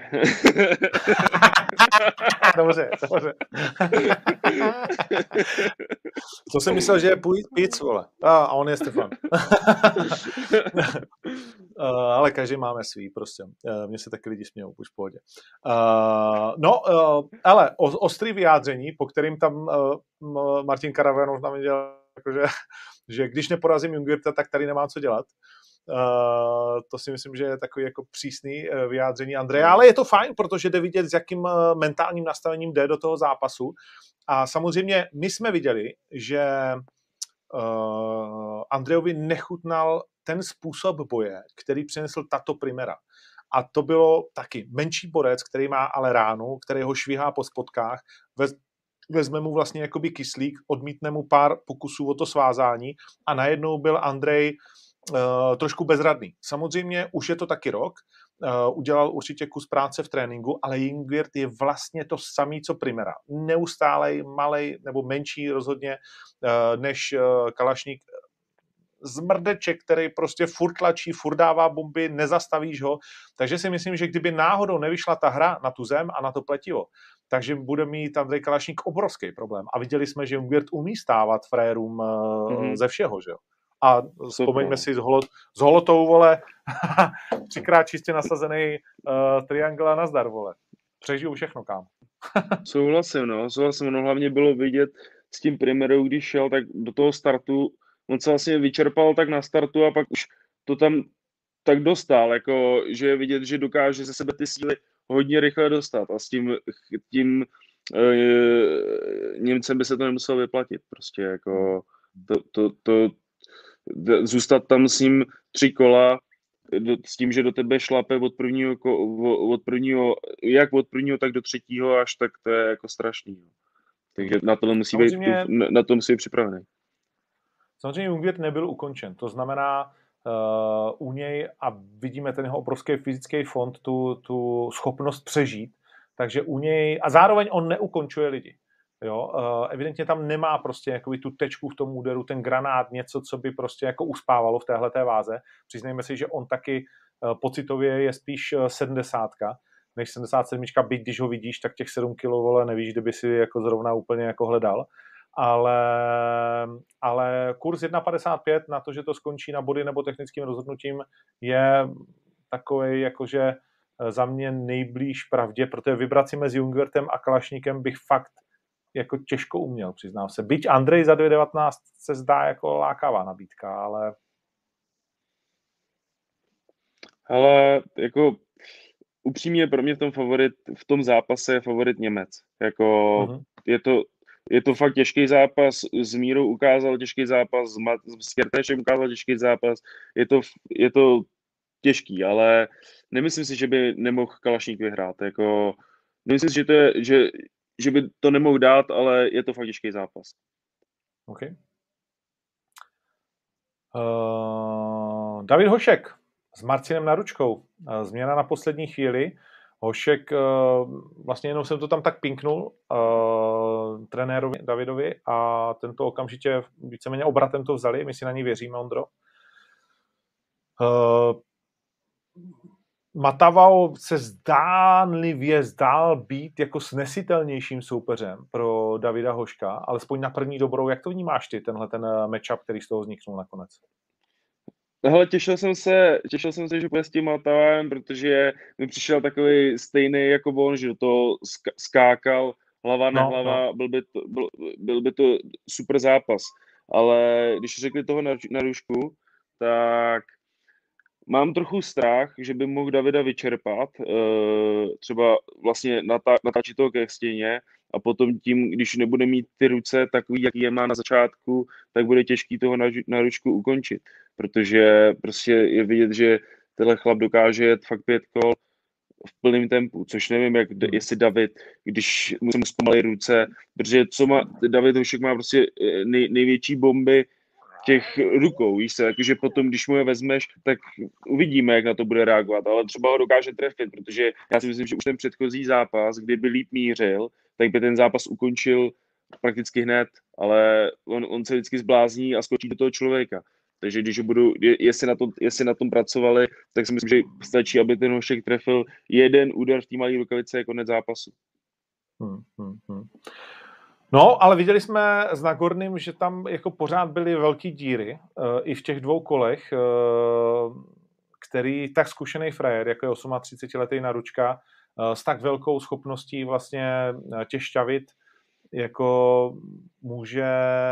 Dobře, dobře. To jsem myslel, že je Píc, vole. A, a on je Stefan. uh, ale každý máme svý, prostě. Uh, mně se taky lidi smějou, už v pohodě. Uh, no, uh, ale o, ostrý vyjádření, po kterým tam uh, Martin Karavanov nám dělal, jakože, že když neporazím Jungwirta, tak tady nemám co dělat. Uh, to si myslím, že je takový jako přísný uh, vyjádření Andreje, ale je to fajn, protože jde vidět, s jakým uh, mentálním nastavením jde do toho zápasu. A samozřejmě my jsme viděli, že uh, Andrejovi nechutnal ten způsob boje, který přinesl Tato Primera. A to bylo taky menší borec, který má ale ránu, který ho švihá po spotkách, vez, vezme mu vlastně jakoby kyslík, odmítne mu pár pokusů o to svázání a najednou byl Andrej Uh, trošku bezradný. Samozřejmě už je to taky rok, uh, udělal určitě kus práce v tréninku, ale Jungwirth je vlastně to samý, co Primera. Neustálej, malej nebo menší rozhodně uh, než uh, Kalašník. Zmrdeček, který prostě furt tlačí, furt dává bomby, nezastavíš ho. Takže si myslím, že kdyby náhodou nevyšla ta hra na tu zem a na to pletivo, takže bude mít Andrej Kalašník obrovský problém. A viděli jsme, že Jungwirth umí stávat frérům uh, mm-hmm. ze všeho, že jo. A vzpomeňme si s, holot, s holotou, vole, třikrát čistě nasazený uh, triangl a nazdar, vole. Přežiju všechno, kam. Souhlasím, no. Souhlasím, no. Hlavně bylo vidět s tím Primerou, když šel tak do toho startu, on se vlastně vyčerpal tak na startu a pak už to tam tak dostal, jako, že je vidět, že dokáže ze sebe ty síly hodně rychle dostat a s tím, tím uh, Němcem by se to nemuselo vyplatit, prostě, jako, to, to, to zůstat tam s ním tři kola do, s tím, že do tebe šlape od prvního, od prvního, jak od prvního, tak do třetího až, tak to je jako strašný. Takže na to musí být, na to musí být připravený. Samozřejmě Jungwirth nebyl ukončen, to znamená uh, u něj, a vidíme ten jeho obrovský fyzický fond, tu, tu schopnost přežít, takže u něj, a zároveň on neukončuje lidi. Jo, evidentně tam nemá prostě jakoby tu tečku v tom úderu, ten granát, něco, co by prostě jako uspávalo v téhleté váze. Přiznejme si, že on taky pocitově je spíš sedmdesátka, než sedmdesát sedm, byť když ho vidíš, tak těch sedm kilo, vole, nevíš, kdyby si jako zrovna úplně jako hledal. Ale, ale kurz jedna padesát pět na to, že to skončí na body nebo technickým rozhodnutím, je takovej jakože za mě nejblíž pravdě, protože vybrat si mezi Jungwirthem a Kalašníkem bych fakt jako těžko uměl, přiznám se. Byť Andrej za dvě devatenáct se zdá jako lákavá nabídka, ale... Ale jako upřímně pro mě v tom favorit, v tom zápase je favorit Němec. Jako uh-huh. je to, je to fakt těžký zápas, s Mírou ukázal těžký zápas, s Kertéšem ukázal těžký zápas, je to, je to těžký, ale nemyslím si, že by nemohl Kalašník vyhrát. Jako, nemyslím si, že to je, že že by to nemohl dát, ale je to fakt těžký zápas. OK. Uh, David Hošek s Marcinem Naručkou. Uh, změna na poslední chvíli. Hošek, uh, vlastně jenom jsem to tam tak pinknul uh, trenérovi Davidovi a tento okamžitě víceméně obratem to vzali. My si na ní věříme, Ondro. Uh, Matavao se zdánlivě zdál být jako snesitelnějším soupeřem pro Davida Hoška, alespoň na první dobrou. Jak to vnímáš ty, tenhle ten matchup, který z toho vzniknul nakonec? Hele, těšil jsem se, těšil jsem se, že bude s tím Matavaem, protože mi přišel takový stejný jako on, že do toho skákal hlava na no, hlava, no. Byl, by to, byl, byl by to super zápas. Ale když řekli toho na, na Rušku, tak mám trochu strach, že by mohl Davida vyčerpat, třeba vlastně natáčet toho ke stěně a potom tím, když nebude mít ty ruce takový, jaký je má na začátku, tak bude těžký toho na ručku ukončit, protože prostě je vidět, že tenhle chlap dokáže jet fakt pět kol v plném tempu, což nevím, jak, jestli David, když mu se zpomalí ruce, protože co má, David Hošek má prostě nej, největší bomby těch rukou, víš se, jakože potom, když mu je vezmeš, tak uvidíme, jak na to bude reagovat, ale třeba ho dokáže trefit, protože já si myslím, že už ten předchozí zápas, kdyby líp mířil, tak by ten zápas ukončil prakticky hned, ale on, on se vždycky zblázní a skočí do toho člověka. Takže když budu, jestli na, tom, jestli na tom pracovali, tak si myslím, že stačí, aby ten hošek trefil jeden úder v té malé rukavice jako konec zápasu. Hmm, hmm, hmm. No, ale viděli jsme s Nagorným, že tam jako pořád byly velký díry, uh, i v těch dvou kolech, uh, který tak zkušený frajer, jako je třicetiosmiletý Naručka, uh, s tak velkou schopností vlastně tě šťavit, jako může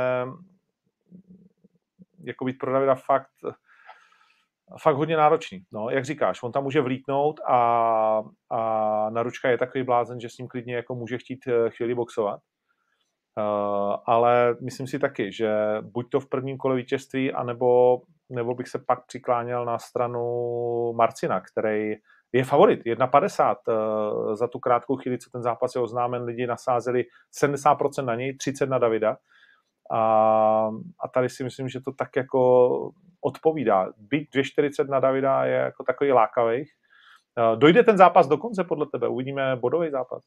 jako být pro Davida fakt, fakt hodně náročný. No, jak říkáš, on tam může vlítnout a, a Naručka je takový blázen, že s ním klidně jako může chtít chvíli boxovat. Uh, ale myslím si taky, že buď to v prvním kole vítězství, anebo, nebo bych se pak přikláněl na stranu Marcina, který je favorit, jedna padesát uh, za tu krátkou chvíli, co ten zápas je oznámen, lidi nasázeli sedmdesát procent na něj, třicet procent na Davida. A, a tady si myslím, že to tak jako odpovídá. Byť dvě čtyřicet na Davida je jako takový lákavý. Uh, dojde ten zápas do konce podle tebe? Uvidíme bodový zápas?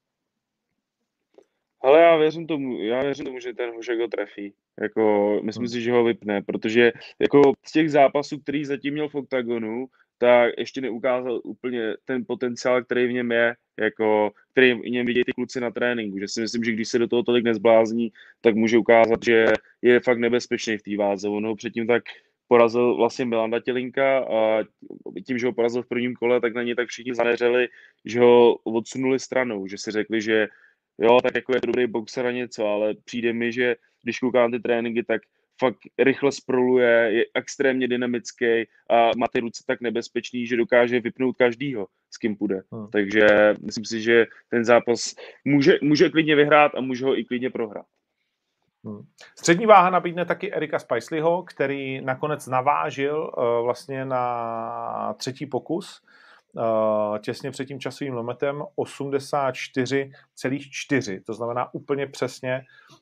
Ale já věřím tomu, já věřím tomu, že ten Hošek ho trefí. Jako, myslím hmm. si, že ho vypne, protože jako z těch zápasů, který zatím měl v oktagonu, tak ještě neukázal úplně ten potenciál, který v něm je, jako, který v něm vidějí ty kluci na tréninku. Že si myslím, že když se do toho tolik nezblázní, tak může ukázat, že je fakt nebezpečný v té váze. On ho předtím tak porazil vlastně Milanda Tělinka a tím, že ho porazil v prvním kole, tak na něj tak všichni zaneřeli, že ho odsunuli stranou, že si řekli, že jo, tak jako je dobrý boxer a něco, ale přijde mi, že když koukám ty tréninky, tak fakt rychle sproluje, je extrémně dynamický a má ty ruce tak nebezpečný, že dokáže vypnout každýho, s kým půjde. Hmm. Takže myslím si, že ten zápas může, může klidně vyhrát a může ho i klidně prohrát. Hmm. Střední váha nabídne taky Erika Spicelyho, který nakonec navážil uh, vlastně na třetí pokus, Uh, těsně před tím časovým limitem osmdesát čtyři celá čtyři, to znamená úplně přesně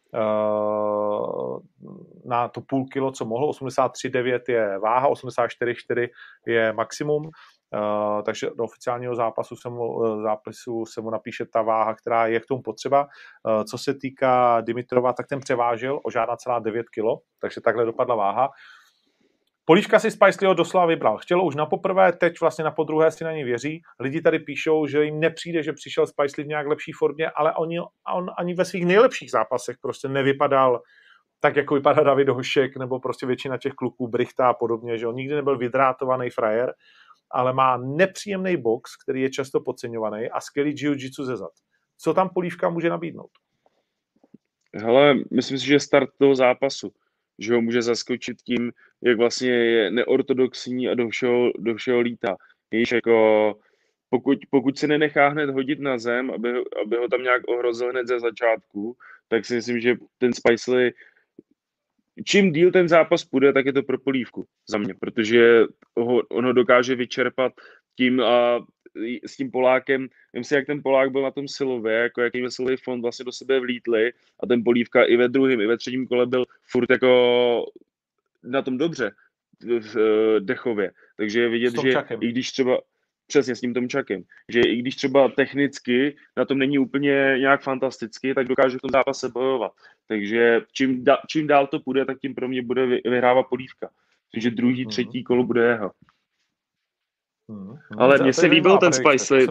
uh, na to půl kilo, co mohlo. osmdesát tři celá devět je váha, osmdesát čtyři celá čtyři je maximum, uh, takže do oficiálního zápasu se mu, zápisu se mu napíše ta váha, která je k tomu potřeba. Uh, co se týká Dimitrova, tak ten převážil o žádná celá devět kilo, takže takhle dopadla váha. Polívka si Spicelyho doslova vybral. Chtělo už na poprvé, teď vlastně na podruhé si na něj věří. Lidi tady píšou, že jim nepřijde, že přišel Spicely v nějak lepší formě, ale oni, on ani ve svých nejlepších zápasech prostě nevypadal tak, jako vypadá David Hošek, nebo prostě většina těch kluků, Brichta a podobně, že on nikdy nebyl vydrátovaný frajer, ale má nepříjemný box, který je často podceňovaný a skvělý jiu-jitsu ze zad. Co tam Polívka může nabídnout? Hele, myslím si, že start toho zápasu, že ho může zaskočit tím, jak vlastně je neortodoxní a do všeho, do všeho lítá. Víš, jako pokud, pokud se nenechá hned hodit na zem, aby, aby ho tam nějak ohrozil hned ze začátku, tak si myslím, že ten Spicely, čím díl ten zápas půjde, tak je to pro Polívku za mě, protože ho, on ho dokáže vyčerpat tím a s tím Polákem, vím si, jak ten Polák byl na tom silově, jako jaký byl silový fond, vlastně do sebe vlítli a ten Polívka i ve druhém, i ve třetím kole byl furt jako na tom dobře v dechově. Takže je vidět, že čakem. I když třeba přesně s tím Tomčakem, že i když třeba technicky na tom není úplně nějak fantasticky, tak dokáže v tom zápase bojovat. Takže čím, da, čím dál to půjde, tak tím pro mě bude vyhrávat Polívka. Takže druhý, třetí kolo bude jeho. Hmm. Ale mně se líbil ten Spicely.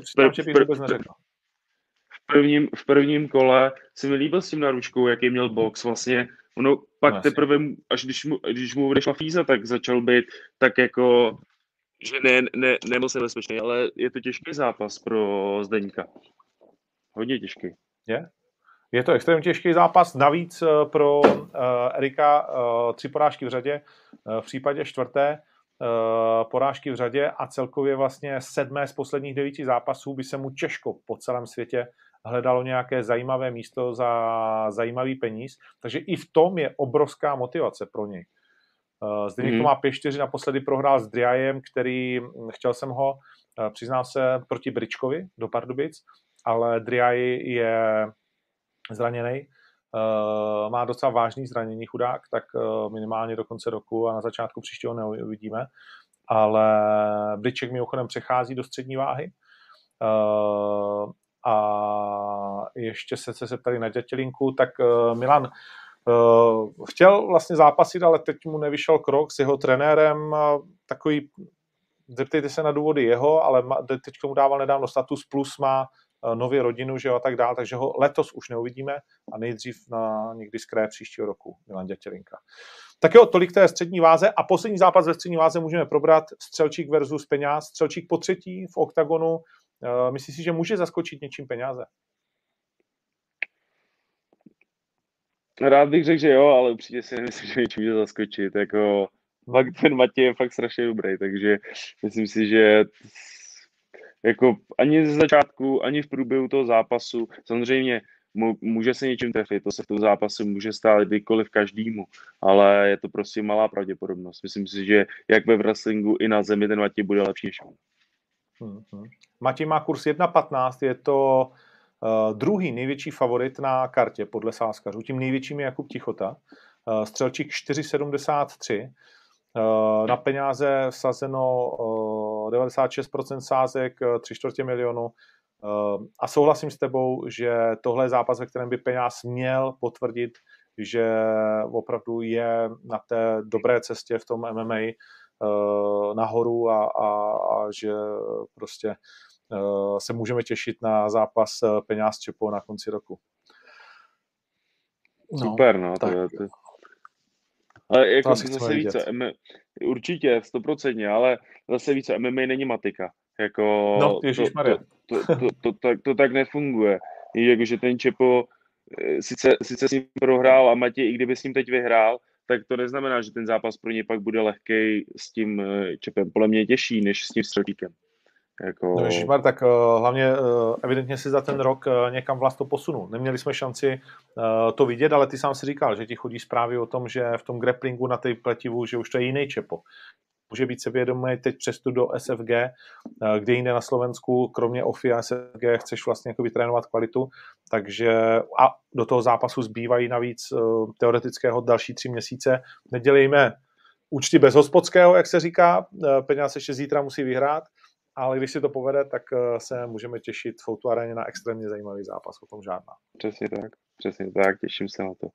V prvním, v prvním kole se mi líbil s tím Naručkou, jaký měl box. Vlastně ono pak no, teprve, až když mu, když mu odešla fíza, tak začal být tak jako, že ne, ne, nebyl se bezpečný, ale je to těžký zápas pro Zdeňka. Hodně těžký. Je? Je to extrémně těžký zápas. Navíc pro uh, Erika uh, tři porážky v řadě, uh, v případě čtvrté uh, porážky v řadě a celkově vlastně sedmé z posledních devíti zápasů by se mu těžko po celém světě hledalo nějaké zajímavé místo za zajímavý peníz. Takže i v tom je obrovská motivace pro něj. Uh, Zdeněk mm. to má pět čtyři, naposledy prohrál s Driajem, který, chtěl jsem ho, uh, přiznal se, proti Bričkovi do Pardubic, ale Driaj je zraněný. uh, má docela vážný zranění chudák, tak uh, minimálně do konce roku a na začátku příštího neuvidíme. Ale Bryček mimochodem přechází do střední váhy. Uh, a ještě se se zeptali na Dětělinku, tak uh, Milan uh, chtěl vlastně zápasit, ale teď mu nevyšel krok s jeho trenérem, uh, takový, zeptejte se na důvody jeho, ale ma, teď mu dával nedávno status plus, má uh, nově rodinu, že jo, a tak dál, takže ho letos už neuvidíme a nejdřív na někdy z kraje příštího roku Milan Dětělinka. Tak jo, tolik té střední váze a poslední zápas ve střední váze můžeme probrat Střelčík versus Peňáz. Střelčík po třetí v oktagonu. Myslíš si, že může zaskočit něčím Peňáze? Rád bych řekl, že jo, ale určitě si nemyslím, že něčím může zaskočit. Jako, fakt ten Matěj je fakt strašně dobrý, takže myslím si, že jako ani ze začátku, ani v průběhu toho zápasu, samozřejmě může se něčím trefit, to se v tom zápase může stát kdykoliv každému, ale je to prostě malá pravděpodobnost. Myslím si, že jak ve wrestlingu i na zemi ten Matěj bude lepší než on. Hmm. Matěj má kurz jedna patnáct, je to uh, druhý největší favorit na kartě podle sázkařů. Tím největším je Jakub Tichota. Uh, Střelčík čtyři sedmdesát tři. Uh, na Peňáze vsazeno uh, devadesát šest procent sázek, uh, tři čtvrtě milionu. Uh, a souhlasím s tebou, že tohle je zápas, ve kterém by Peňáz měl potvrdit, že opravdu je na té dobré cestě v tom M M A uh, nahoru a, a, a že prostě uh, se můžeme těšit na zápas Peňáz Čepo na konci roku. No, super, no. Tak. To je, to... Ale jako to zase více, M- určitě, stoprocentně, ale zase více, M M A není matika. Jako, no, to, to, to, to, to, to, to, to tak nefunguje. Jakože ten Čepo sice, sice s ním prohrál a Matěj, i kdyby s ním teď vyhrál, tak to neznamená, že ten zápas pro něj pak bude lehkej s tím Čepem. Podle mě je těžší, než s tím Střelčíkem. Jako... No ježišmar, tak uh, hlavně uh, evidentně si za ten rok uh, někam vlast to posunul. Neměli jsme šanci uh, to vidět, ale ty sám si říkal, že ti chodí zprávy o tom, že v tom grapplingu na té pletivu, že už to je jiný Čepo. Může být sevědomý teď přestup do S F G, uh, kde jinde na Slovensku, kromě O F I a S F G, chceš vlastně jakoby trénovat kvalitu, takže a do toho zápasu zbývají navíc uh, teoretického další tři měsíce. Nedělejme účty bez hospodského, jak se říká, uh, Peňáz ještě zítra musí vyhrát, ale když si to povede, tak se můžeme těšit v Outu Areně na extrémně zajímavý zápas, o tom žádná. Přesně tak, přesně tak, těším se na to.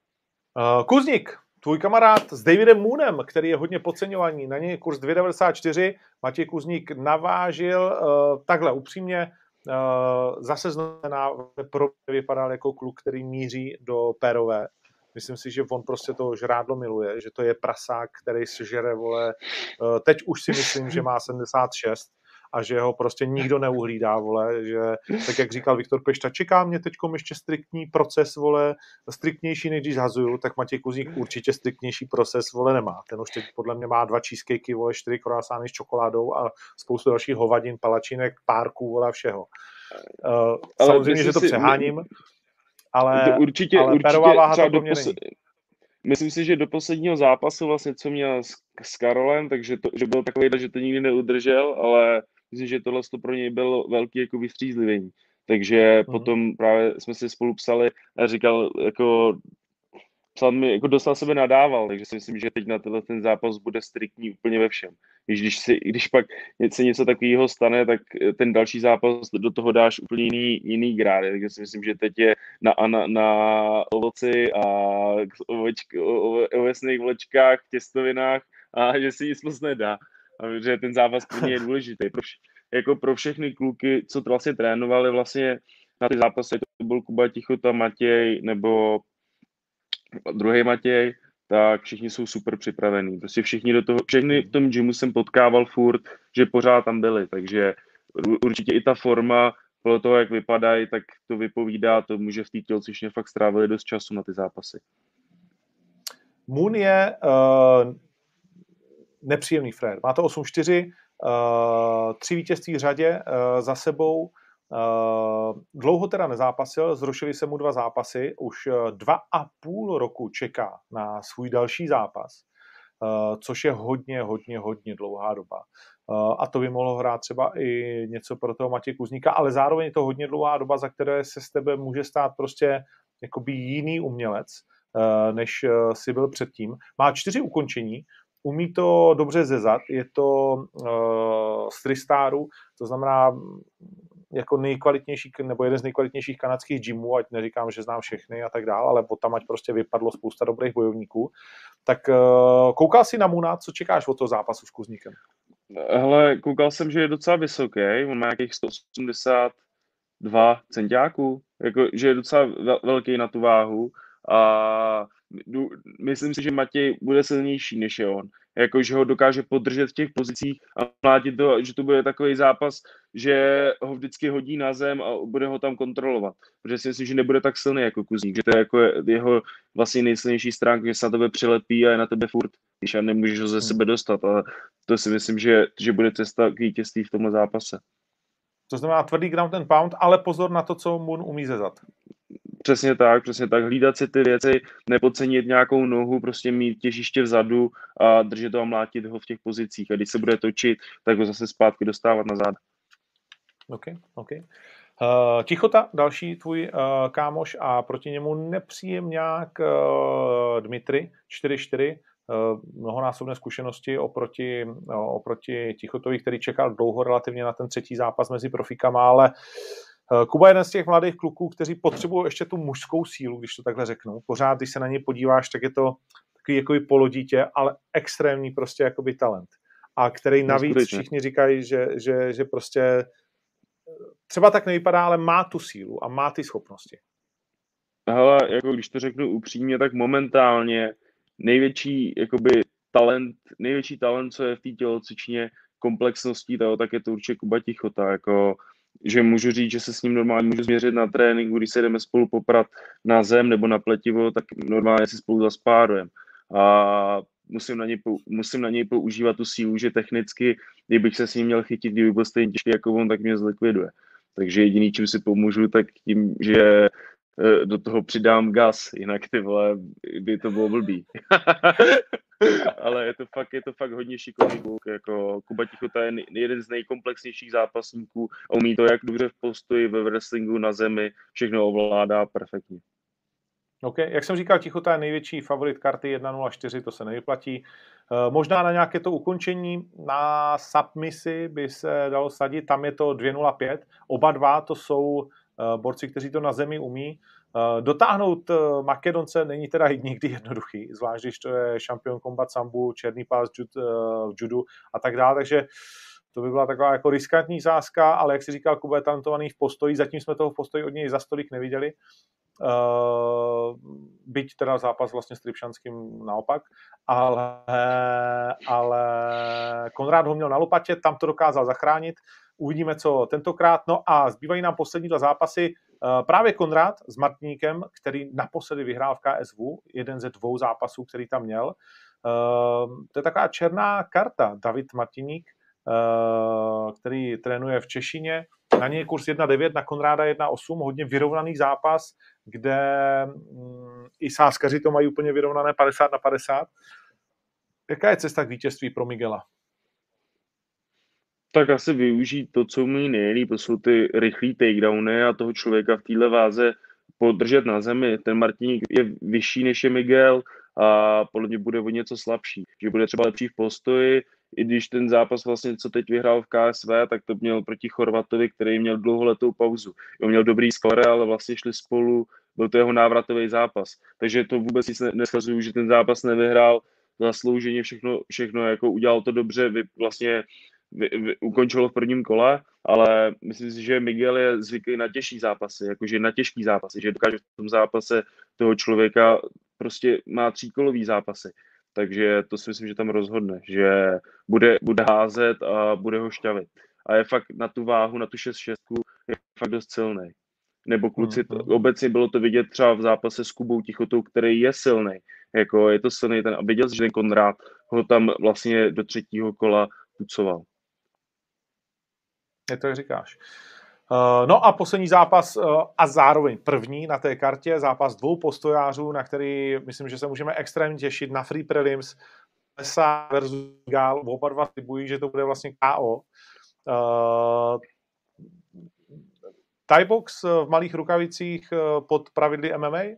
Uh, Kuzník, tvůj kamarád s Davidem Moonem, který je hodně podceňovaný, na něj je kurz dvě devadesát čtyři, Matěj Kuzník navážil uh, takhle upřímně, uh, zase znamená, pro vypadal jako kluk, který míří do pérové. Myslím si, že on prostě to žrádlo miluje, že to je prasák, který sežere, vole, uh, teď už si myslím, že má sedmdesát šest, a že ho prostě nikdo neuhlídá, vole, že tak jak říkal Viktor Pešta, čeká mě teďkom ještě striktní proces, vole, striktnější, než když hazuju, tak Matěj Kuzník určitě striktnější proces, vole, nemá. Ten už teď podle mě má dva cheesecakey, vole, čtyři croissány s čokoládou a spoustu dalších hovadin, palačinek, párků, vole, všeho. Uh, samozřejmě, že to přeháním, ale, to určitě, ale určitě váha třeba to do pro mě pos... není. Myslím si, že do posledního zápasu vlastně, co měl s, s Karolem, takže to, že byl takový, že to nikdy neudržel, ale myslím, že tohle to pro něj bylo velký jako vystřízlivění. Takže mm. potom právě jsme si spolu psali a říkal, jako psal mi, jako dostal sebe nadával, takže si myslím, že teď na tenhle ten zápas bude striktní úplně ve všem. Když, když, si, když pak se něco takového stane, tak ten další zápas do toho dáš úplně jiný, jiný grády, takže si myslím, že teď je na, na, na ovoci a ovesných vlečkách, těstovinách a že si nic moc nedá. A že ten zápas pro ně je důležitý. Pro, vš- jako pro všechny kluky, co to vlastně trénovali vlastně na ty zápasy, to byl Kuba Tichota, Matěj nebo druhý Matěj, tak všichni jsou super připravení. Prostě všichni do toho, všechny v tom gymu jsem potkával furt, že pořád tam byli, takže určitě i ta forma podle toho, jak vypadají, tak to vypovídá tomu, že v té tělocvičně fakt strávili dost času na ty zápasy. Moon je uh, nepříjemný frér. Má to osm čtyři, uh, tři vítězství v řadě uh, za sebou. Uh, dlouho teda nezápasil, zrušili se mu dva zápasy, už dva a půl roku čeká na svůj další zápas, uh, což je hodně, hodně, hodně dlouhá doba. Uh, a to by mohlo hrát třeba i něco pro toho Matěje Kuzníka, ale zároveň je to hodně dlouhá doba, za které se s tebe může stát prostě jakoby jiný umělec, než si byl předtím. Má čtyři ukončení, umí to dobře zezat, je to uh, z Tristaru, to znamená jako nejkvalitnější, nebo jeden z nejkvalitnějších kanadských gymů, ať neříkám, že znám všechny a tak dále, ale tam ať prostě vypadlo spousta dobrých bojovníků. Tak uh, koukal jsi na Muna, co čekáš od toho zápasu s Kuzníkem? Hele, koukal jsem, že je docela vysoký, on má nějakých sto osmdesát dva centiáků, jako, že je docela velký na tu váhu a myslím si, že Matěj bude silnější než je on. Jako, že ho dokáže podržet v těch pozicích a mlátit to, že to bude takový zápas, že ho vždycky hodí na zem a bude ho tam kontrolovat. Protože si myslím, že nebude tak silný jako Kuzník, že to je jako jeho vlastně nejsilnější stránka, že se na tebe přilepí a je na tebe furt, když a nemůžeš ho ze sebe dostat. A to si myslím, že, že bude cesta k vítězství v tomhle zápase. To znamená tvrdý ground and pound, ale pozor na to, co Mun umí zezat. Přesně tak, přesně tak. Hlídat si ty věci, nepodcenit nějakou nohu, prostě mít těžiště vzadu a držet to a mlátit ho v těch pozicích. A když se bude točit, tak ho zase zpátky dostávat na záda. OK, OK. Uh, Tichota, další tvůj uh, kámoš a proti němu nepříjemňák uh, Dmitry, čtyři čtyři. Uh, mnohonásobné zkušenosti oproti, uh, oproti Tichotovi, který čekal dlouho relativně na ten třetí zápas mezi profikama, ale uh, Kuba je jeden z těch mladých kluků, kteří potřebují ještě tu mužskou sílu, když to takhle řeknu. Pořád, když se na něj podíváš, tak je to takový jakoby polodítě, ale extrémní prostě jakoby talent. A který navíc všichni říkají, že, že, že prostě třeba tak nevypadá, ale má tu sílu a má ty schopnosti. Hele, jako když to řeknu upřímně, tak momentálně největší jakoby talent, největší talent, co je v té tělocvičně komplexností toho, tak je to určitě Kuba Tichota, jako, že můžu říct, že se s ním normálně můžu změřit na tréninku, když se jdeme spolu poprat na zem nebo na pletivo, tak normálně si spolu zaspárujeme. A musím na, něj, musím na něj používat tu sílu, že technicky, kdybych se s ním měl chytit, kdyby byl stejně těžký jako on, tak mě zlikviduje. Takže jediný, čím si pomůžu, tak tím, že do toho přidám gas, jinak ty vole, by to bylo blbý. Ale je to fakt, je to fakt hodně šikovný kluk, jako Kuba Tichota je jeden z nejkomplexnějších zápasníků a umí to jak dobře v postoji, ve wrestlingu, na zemi, všechno ovládá perfektně. OK, jak jsem říkal, Tichota je největší favorit karty jedna nula čtyři, to se nevyplatí. Možná na nějaké to ukončení, na submisi by se dalo sadit, tam je to dvě nula pět. Oba dva to jsou borci, kteří to na zemi umí. Dotáhnout Makedonce není teda nikdy jednoduchý, zvlášť když to je šampion kombat sambu, černý pás v judu a tak dále, takže to by byla taková jako riskantní sázka, ale jak si říkal, Kuba je talentovaný v postoji, zatím jsme toho v postoji od něj za stolik neviděli. Uh, byť teda zápas vlastně s Tripšanským naopak, ale, ale Konrád ho měl na lopatě, tam to dokázal zachránit, uvidíme, co tentokrát, no a zbývají nám poslední dva zápasy, uh, právě Konrád s Martiníkem, který naposledy vyhrál v K S V, jeden ze dvou zápasů, který tam měl, uh, to je taková černá karta, David Martiník, uh, který trénuje v Češině, na něj kurz jedna devět, na Konráda jedna osm, hodně vyrovnaný zápas, kde mm, i sázkaři to mají úplně vyrovnané padesát na padesát. Jaká je cesta k vítězství pro Miguela? Tak asi využít to, co umí nejlíp, to jsou ty rychlý takedowny a toho člověka v téhle váze podržet na zemi. Ten Martiník je vyšší než je Miguel a podle mě bude o něco slabší. Že bude třeba lepší v postoji, i když ten zápas vlastně, co teď vyhrál v K S V, tak to měl proti Chorvatovi, který měl dlouholetou pauzu. On měl dobrý skóre, ale vlastně šli spolu, byl to jeho návratový zápas. Takže to vůbec nic neschazuju, že ten zápas nevyhrál zaslouženě, všechno, všechno jako udělal to dobře, vy, vlastně vy, vy, ukončilo v prvním kole, ale myslím si, že Miguel je zvyklý na těžší zápasy, jakože na těžký zápasy, že dokáže v tom zápase toho člověka prostě má tříkolový zápasy. Takže to si myslím, že tam rozhodne, že bude, bude házet a bude ho šťavit. A je fakt na tu váhu, na tu šest šest je fakt dost silný. Nebo kluci, to, obecně bylo to vidět třeba v zápase s Kubou Tichotou, který je silný. Jako je to silný ten, a viděl, že ten Konrád ho tam vlastně do třetího kola pucoval. Je to, jak říkáš. Uh, no a poslední zápas uh, a zároveň první na té kartě, zápas dvou postojářů, na který myslím, že se můžeme extrémně těšit na free prelims. Lesa versus Gál, oba dva slibují, že to bude vlastně K O. Uh, Thai box v malých rukavicích pod pravidly M M A?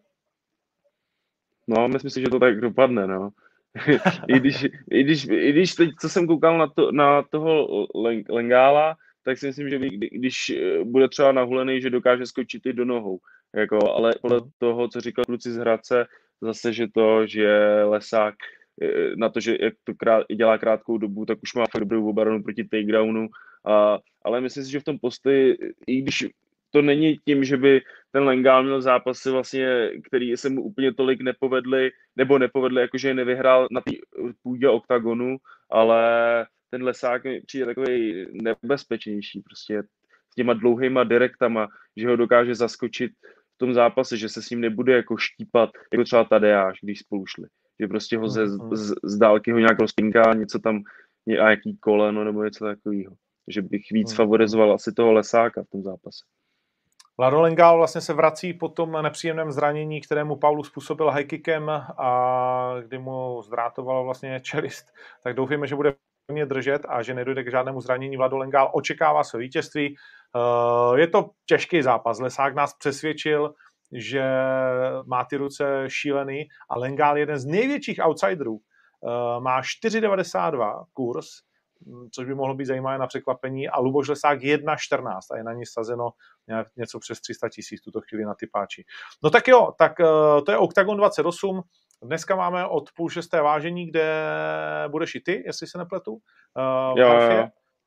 No, myslím si, že to tak dopadne, no. I, když, i, když, I když teď, co jsem koukal na, to, na toho Lengála, tak si myslím, že když bude třeba nahulený, že dokáže skočit i do nohou. Jako, ale podle toho, co říkal kluci z Hradce, zase, že to, že Lesák na to, že jak to krát, dělá krátkou dobu, tak už má fakt dobrou obranu proti takedownu. A, ale myslím si, že v tom postoji, i když to není tím, že by ten Lengál měl zápasy vlastně, který se mu úplně tolik nepovedly, nebo nepovedly, jakože je nevyhrál na té půdě oktagonu, ale ten Lesák mi přijde takový nebezpečnější, prostě s těma dlouhýma direktama, že ho dokáže zaskočit v tom zápase, že se s ním nebude jako štípat, jako třeba Tadeáš, když spolu šli. Že prostě ho ze, z, z dálky ho nějak rozpinká, něco tam, nějaký koleno nebo něco takového. Že bych víc favorizoval asi toho Lesáka v tom zápase. Lado Lengál vlastně se vrací po tom nepříjemném zranění, kterému Paulu způsobil high kickem a kdy mu zdrátovalo vlastně čelist. Tak doufejme, že bude mě držet a že nedojde k žádnému zranění. Lado Lengál očekává své vítězství. Je to těžký zápas. Lesák nás přesvědčil, že má ty ruce šílený a Lengál jeden z největších outsiderů. Má čtyři devadesát dva kurz, což by mohlo být zajímavé na překvapení, a Luboš Lesák jedna čtrnáct a je na ní sazeno něco přes tři sta tisíc v tuto chvíli na typáči. No tak jo, tak to je Octagon dvacet osm. Dneska máme od půl šesté vážení, kde budeš i ty, jestli se nepletu. Uh, jo, jo.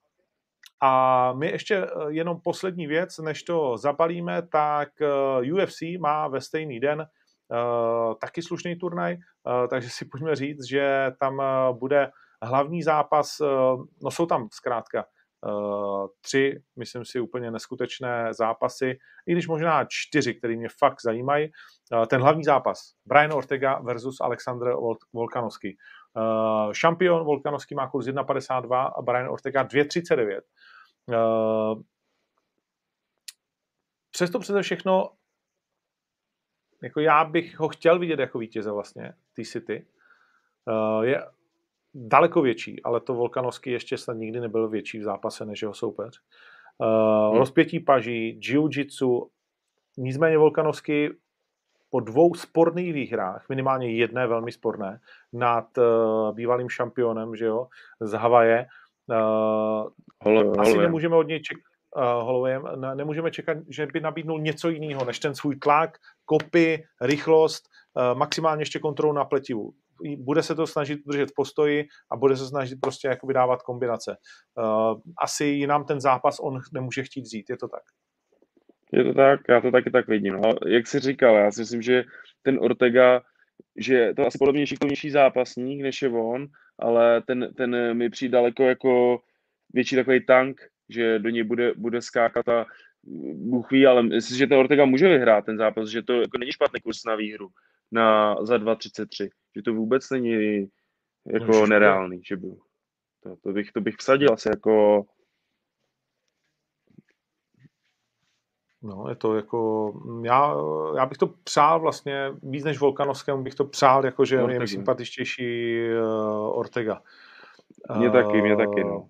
A my ještě jenom poslední věc, než to zabalíme, tak U F C má ve stejný den uh, taky slušný turnaj, uh, takže si pojďme říct, že tam uh, bude hlavní zápas, uh, no jsou tam zkrátka uh, tři, myslím si, úplně neskutečné zápasy, i když možná čtyři, které mě fakt zajímají. Uh, ten hlavní zápas, Brian Ortega versus Aleksandr Vol- Volkanovský. Uh, šampion Volkanovský má kurz jedna padesát dva a Brian Ortega dvě třicet devět. Uh, přesto přeze všechno jako já bych ho chtěl vidět jako vítěze vlastně té City. Uh, je daleko větší, ale to Volkanovský ještě snad nikdy nebyl větší v zápase než jeho soupeř. Uh, hmm. Rozpětí paží, jiu-jitsu, nicméně Volkanovský po dvou sporných výhrách, minimálně jedné velmi sporné, nad uh, bývalým šampionem, že jo, z Havaje, uh, holo, asi holo, nemůžeme od něj čekat, uh, Hollowayem, ne, nemůžeme čekat, že by nabídnul něco jiného, než ten svůj tlak, kopy, rychlost, uh, maximálně ještě kontrolu na pletivu. Bude se to snažit držet v postoji a bude se snažit prostě jakoby dávat kombinace. Uh, asi nám ten zápas on nemůže chtít vzít, je to tak? Je to tak, já to taky tak vidím. No, jak jsi říkal, já si myslím, že ten Ortega, že to asi podle mě šikovnější zápasník, než je on, ale ten, ten mi přijde daleko jako větší takový tank, že do něj bude, bude skákat a Bůh ví, ale myslím, že ten Ortega může vyhrát ten zápas, že to jako není špatný kurz na výhru na, za dva třicet tři, že to vůbec není jako no, nereálný, že byl. To, to, bych, to bych vsadil asi jako. No, je to jako, já, já bych to přál vlastně, víc než Volkanovskému bych to přál, jako že Ortega. Je mi sympatičtější uh, Ortega. Mně uh, taky, mně taky, no.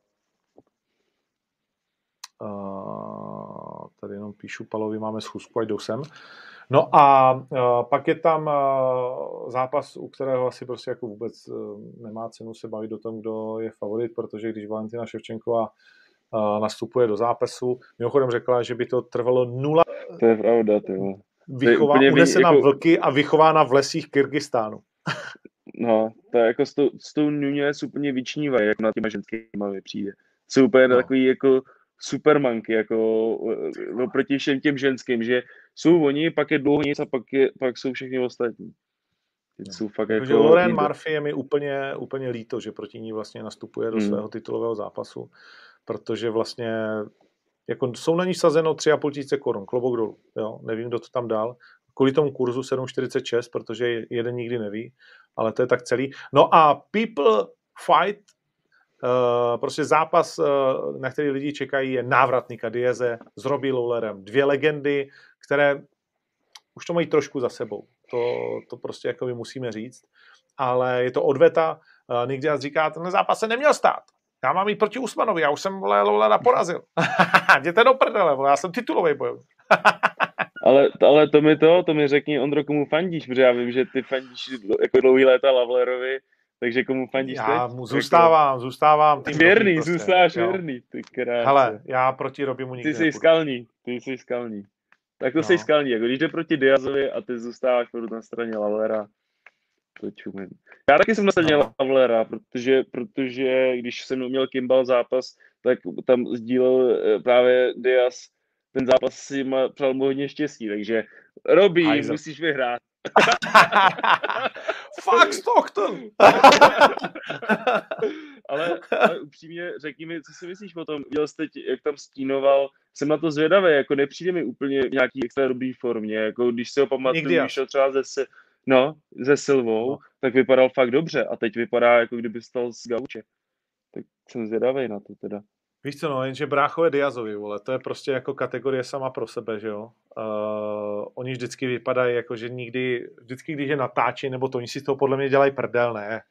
Uh, tady jenom píšu Palovi, máme schůzku, ať jdou sem. No a uh, pak je tam uh, zápas, u kterého asi prostě jako vůbec uh, nemá cenu se bavit o tom, kdo je favorit, protože když Valentina Ševčenková uh, nastupuje do zápasu, mimochodem řekla, že by to trvalo nula. To je pravda, ty. Vychová, unesena jako vlky a vychována v lesích Kyrgyzstánu. No, to je jako s tou, s tou Nunes úplně vyčnívají, jak na těma ženskýma mi přijde. Jsou úplně no. Takový jako supermanky, jako oproti všem těm ženským, že jsou oni, pak je dlouho nic a pak, je, pak jsou všechny ostatní. No. Jsou fakt jako Lauren Murphy je mi úplně, úplně líto, že proti ní vlastně nastupuje do hmm. svého titulového zápasu, protože vlastně jako jsou na ní sazeno tři a půl tisíce korun, klobouk dolů, jo, nevím, kdo to tam dal, kvůli tomu kurzu sedm čtyřicet šest, protože jeden nikdy neví, ale to je tak celý. No a People Fight, Uh, prostě zápas, uh, na který lidi čekají, je návrat Nika Diaze s Robbie Lawlerem. Dvě legendy, které už to mají trošku za sebou. To, to prostě jako my musíme říct. Ale je to odveta. Uh, Nick Diaz říká, ten zápas se neměl stát. Já mám jít proti Usmanovi, já už jsem, vole, Lawlera porazil. Jděte do prdele, vole, já jsem titulový bojovník. ale, ale to mi to, to mi řekni, Ondro, komu fandíš, protože já vím, že ty fandíš jako dlouhý léta Lawlerovi, takže komu fandíš já teď? mu zůstávám, jako... zůstávám. Tým věrný, prostě, zůstáváš jo. věrný, ty kráce. Hele, já proti Robimu nikdy Ty jsi nepůjdu. skalní, ty jsi skalní. Tak to no. jsi skalní, jako když jde proti Diazovi a ty zůstáváš na straně Lawlera, to čumím. Já taky jsem na straně no. Lawlera, protože, protože když jsem měl Kimball zápas, tak tam sdílel právě Diaz ten zápas si má, přál mu hodně štěstí, takže Robbie, Heiser. Musíš vyhrát. Fuck Stockton! ale, ale upřímně řekni mi, co si myslíš o tom, viděl jsi teď, jak tam stínoval, jsem na to zvědavý, jako nepřijde mi úplně v nějaký extra dobrý formě, jako když si ho pamatuju, když šel třeba ze, no, ze Silvou, no. tak vypadal fakt dobře a teď vypadá, jako kdyby stal z gauče. Tak jsem zvědavý na to teda. Víš co, no, jenže bráchové Diazovi, vole, to je prostě jako kategorie sama pro sebe, že jo. Uh, oni vždycky vypadají jako, že nikdy, vždycky, když je natáčí, nebo to, oni si z toho podle mě dělají prdel, ne?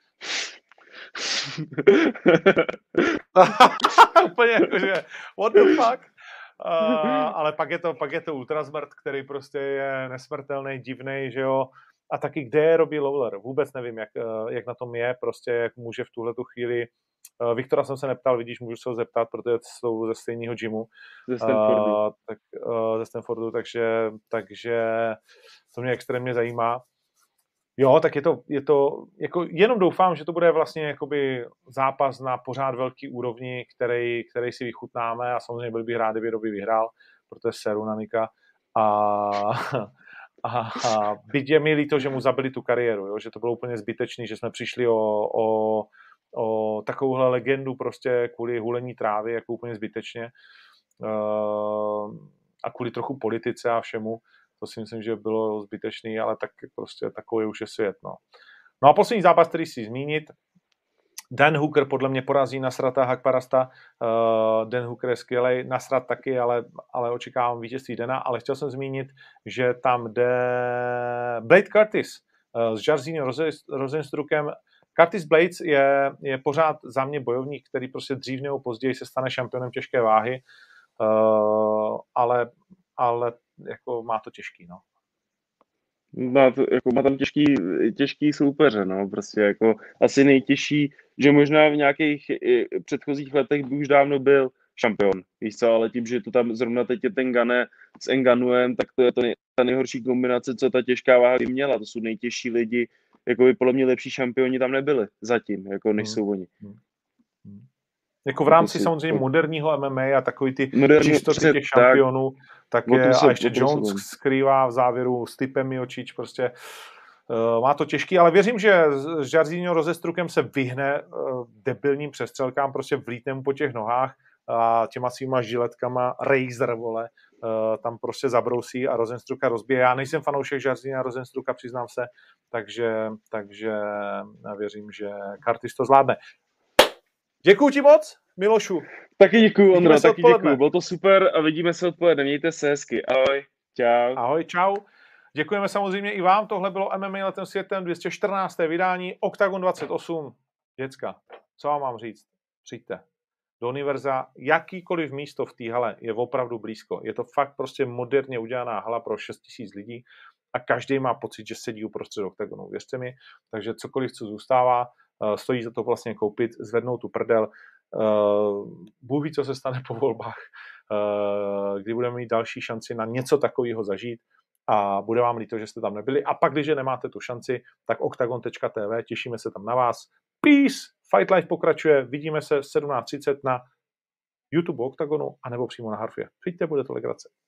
Úplně jako, že what the fuck? Uh, ale pak je to, pak je to ultrazmrt, který prostě je nesmrtelný, divnej, že jo. A taky kde je Robbie Lawler? Vůbec nevím, jak, jak na tom je, prostě jak může v tuhletu chvíli. Uh, Viktora jsem se neptal, vidíš, můžu se ho zeptat, protože jsou ze stejného gymu. Ze Stanfordu. Uh, tak, uh, ze Stanfordu, takže, takže to mě extrémně zajímá. Jo, tak je to, je to jako, jenom doufám, že to bude vlastně jakoby zápas na pořád velký úrovni, který, který si vychutnáme a samozřejmě byl bych rád, kdyby Robbie vyhrál, protože seru na Nika. A, a, a byť je mi líto, že mu zabili tu kariéru, jo, že to bylo úplně zbytečný, že jsme přišli o, o, o takovouhle legendu prostě kvůli hulení trávy, jako úplně zbytečně. Uh, a kvůli trochu politice a všemu. To si myslím, že bylo zbytečný, ale tak prostě takový už je svět. No, no a poslední zápas, který si zmínit. Dan Hooker podle mě porazí Nasrata Haqparasta. Uh, Dan Hooker je skvělej, Nasrat taky, ale, ale očekávám vítězství Dana. Ale chtěl jsem zmínit, že tam jde Blade Curtis uh, s Jairzinho Rozenstrukem. Curtis Blades je, je pořád za mě bojovník, který prostě dřív nebo později se stane šampionem těžké váhy. Uh, ale, ale jako má to těžký, no. Má, to, jako, má tam těžký, těžký soupeře, no, prostě jako asi nejtěžší, že možná v nějakých i, předchozích letech by už dávno byl šampion, víš co, ale tím, že to tam zrovna teď je ten Gane s Ngannouem, tak to je to nej, ta nejhorší kombinace, co ta těžká váha měla, to jsou nejtěžší lidi, jako by podle mě lepší šampioni tam nebyli zatím, jako než hmm. jsou oni. Hmm. Hmm. Jako v rámci samozřejmě moderního M M A a takový ty čistoty těch šampionů, tak, tak je, a ještě Jones skrývá v závěru Stipe Miocic, prostě uh, má to těžký, ale věřím, že s Jairzinho Rozenstrukem se vyhne uh, debilním přestřelkám, prostě vlítne mu po těch nohách a těma svýma žiletkama Razor, vole, uh, tam prostě zabrousí a Rozenstruka rozbije. Já nejsem fanoušek Jairzinha Rozenstruka, přiznám se, takže, takže věřím, že Curtis to zvládne. Děkuji ti moc, Milošu. Taky děkuji, Ondra, taky děkuji. Bylo to super a vidíme se odpoledne. Mějte se hezky. Ahoj, čau. Ahoj, čau. Děkujeme samozřejmě i vám. Tohle bylo M M A letem světem dvě stě čtrnácté vydání Octagon dvacet osm. Děcka, co vám mám říct? Přijďte do Univerza. Jakýkoliv místo v té hale je opravdu blízko. Je to fakt prostě moderně udělaná hala pro šest tisíc lidí a každý má pocit, že sedí uprostřed Octagonu. Věřte mi. Takže cokoliv, co zůstává, stojí za to vlastně koupit, zvednout tu prdel. Bůh ví, co se stane po volbách, kdy budeme mít další šanci na něco takového zažít a bude vám líto, že jste tam nebyli. A pak, když nemáte tu šanci, tak octagon tečka t v, těšíme se tam na vás. Peace! Fight Life pokračuje, vidíme se sedmnáct třicet na YouTube Octagonu anebo přímo na Harfě. Přijďte, bude to legrace.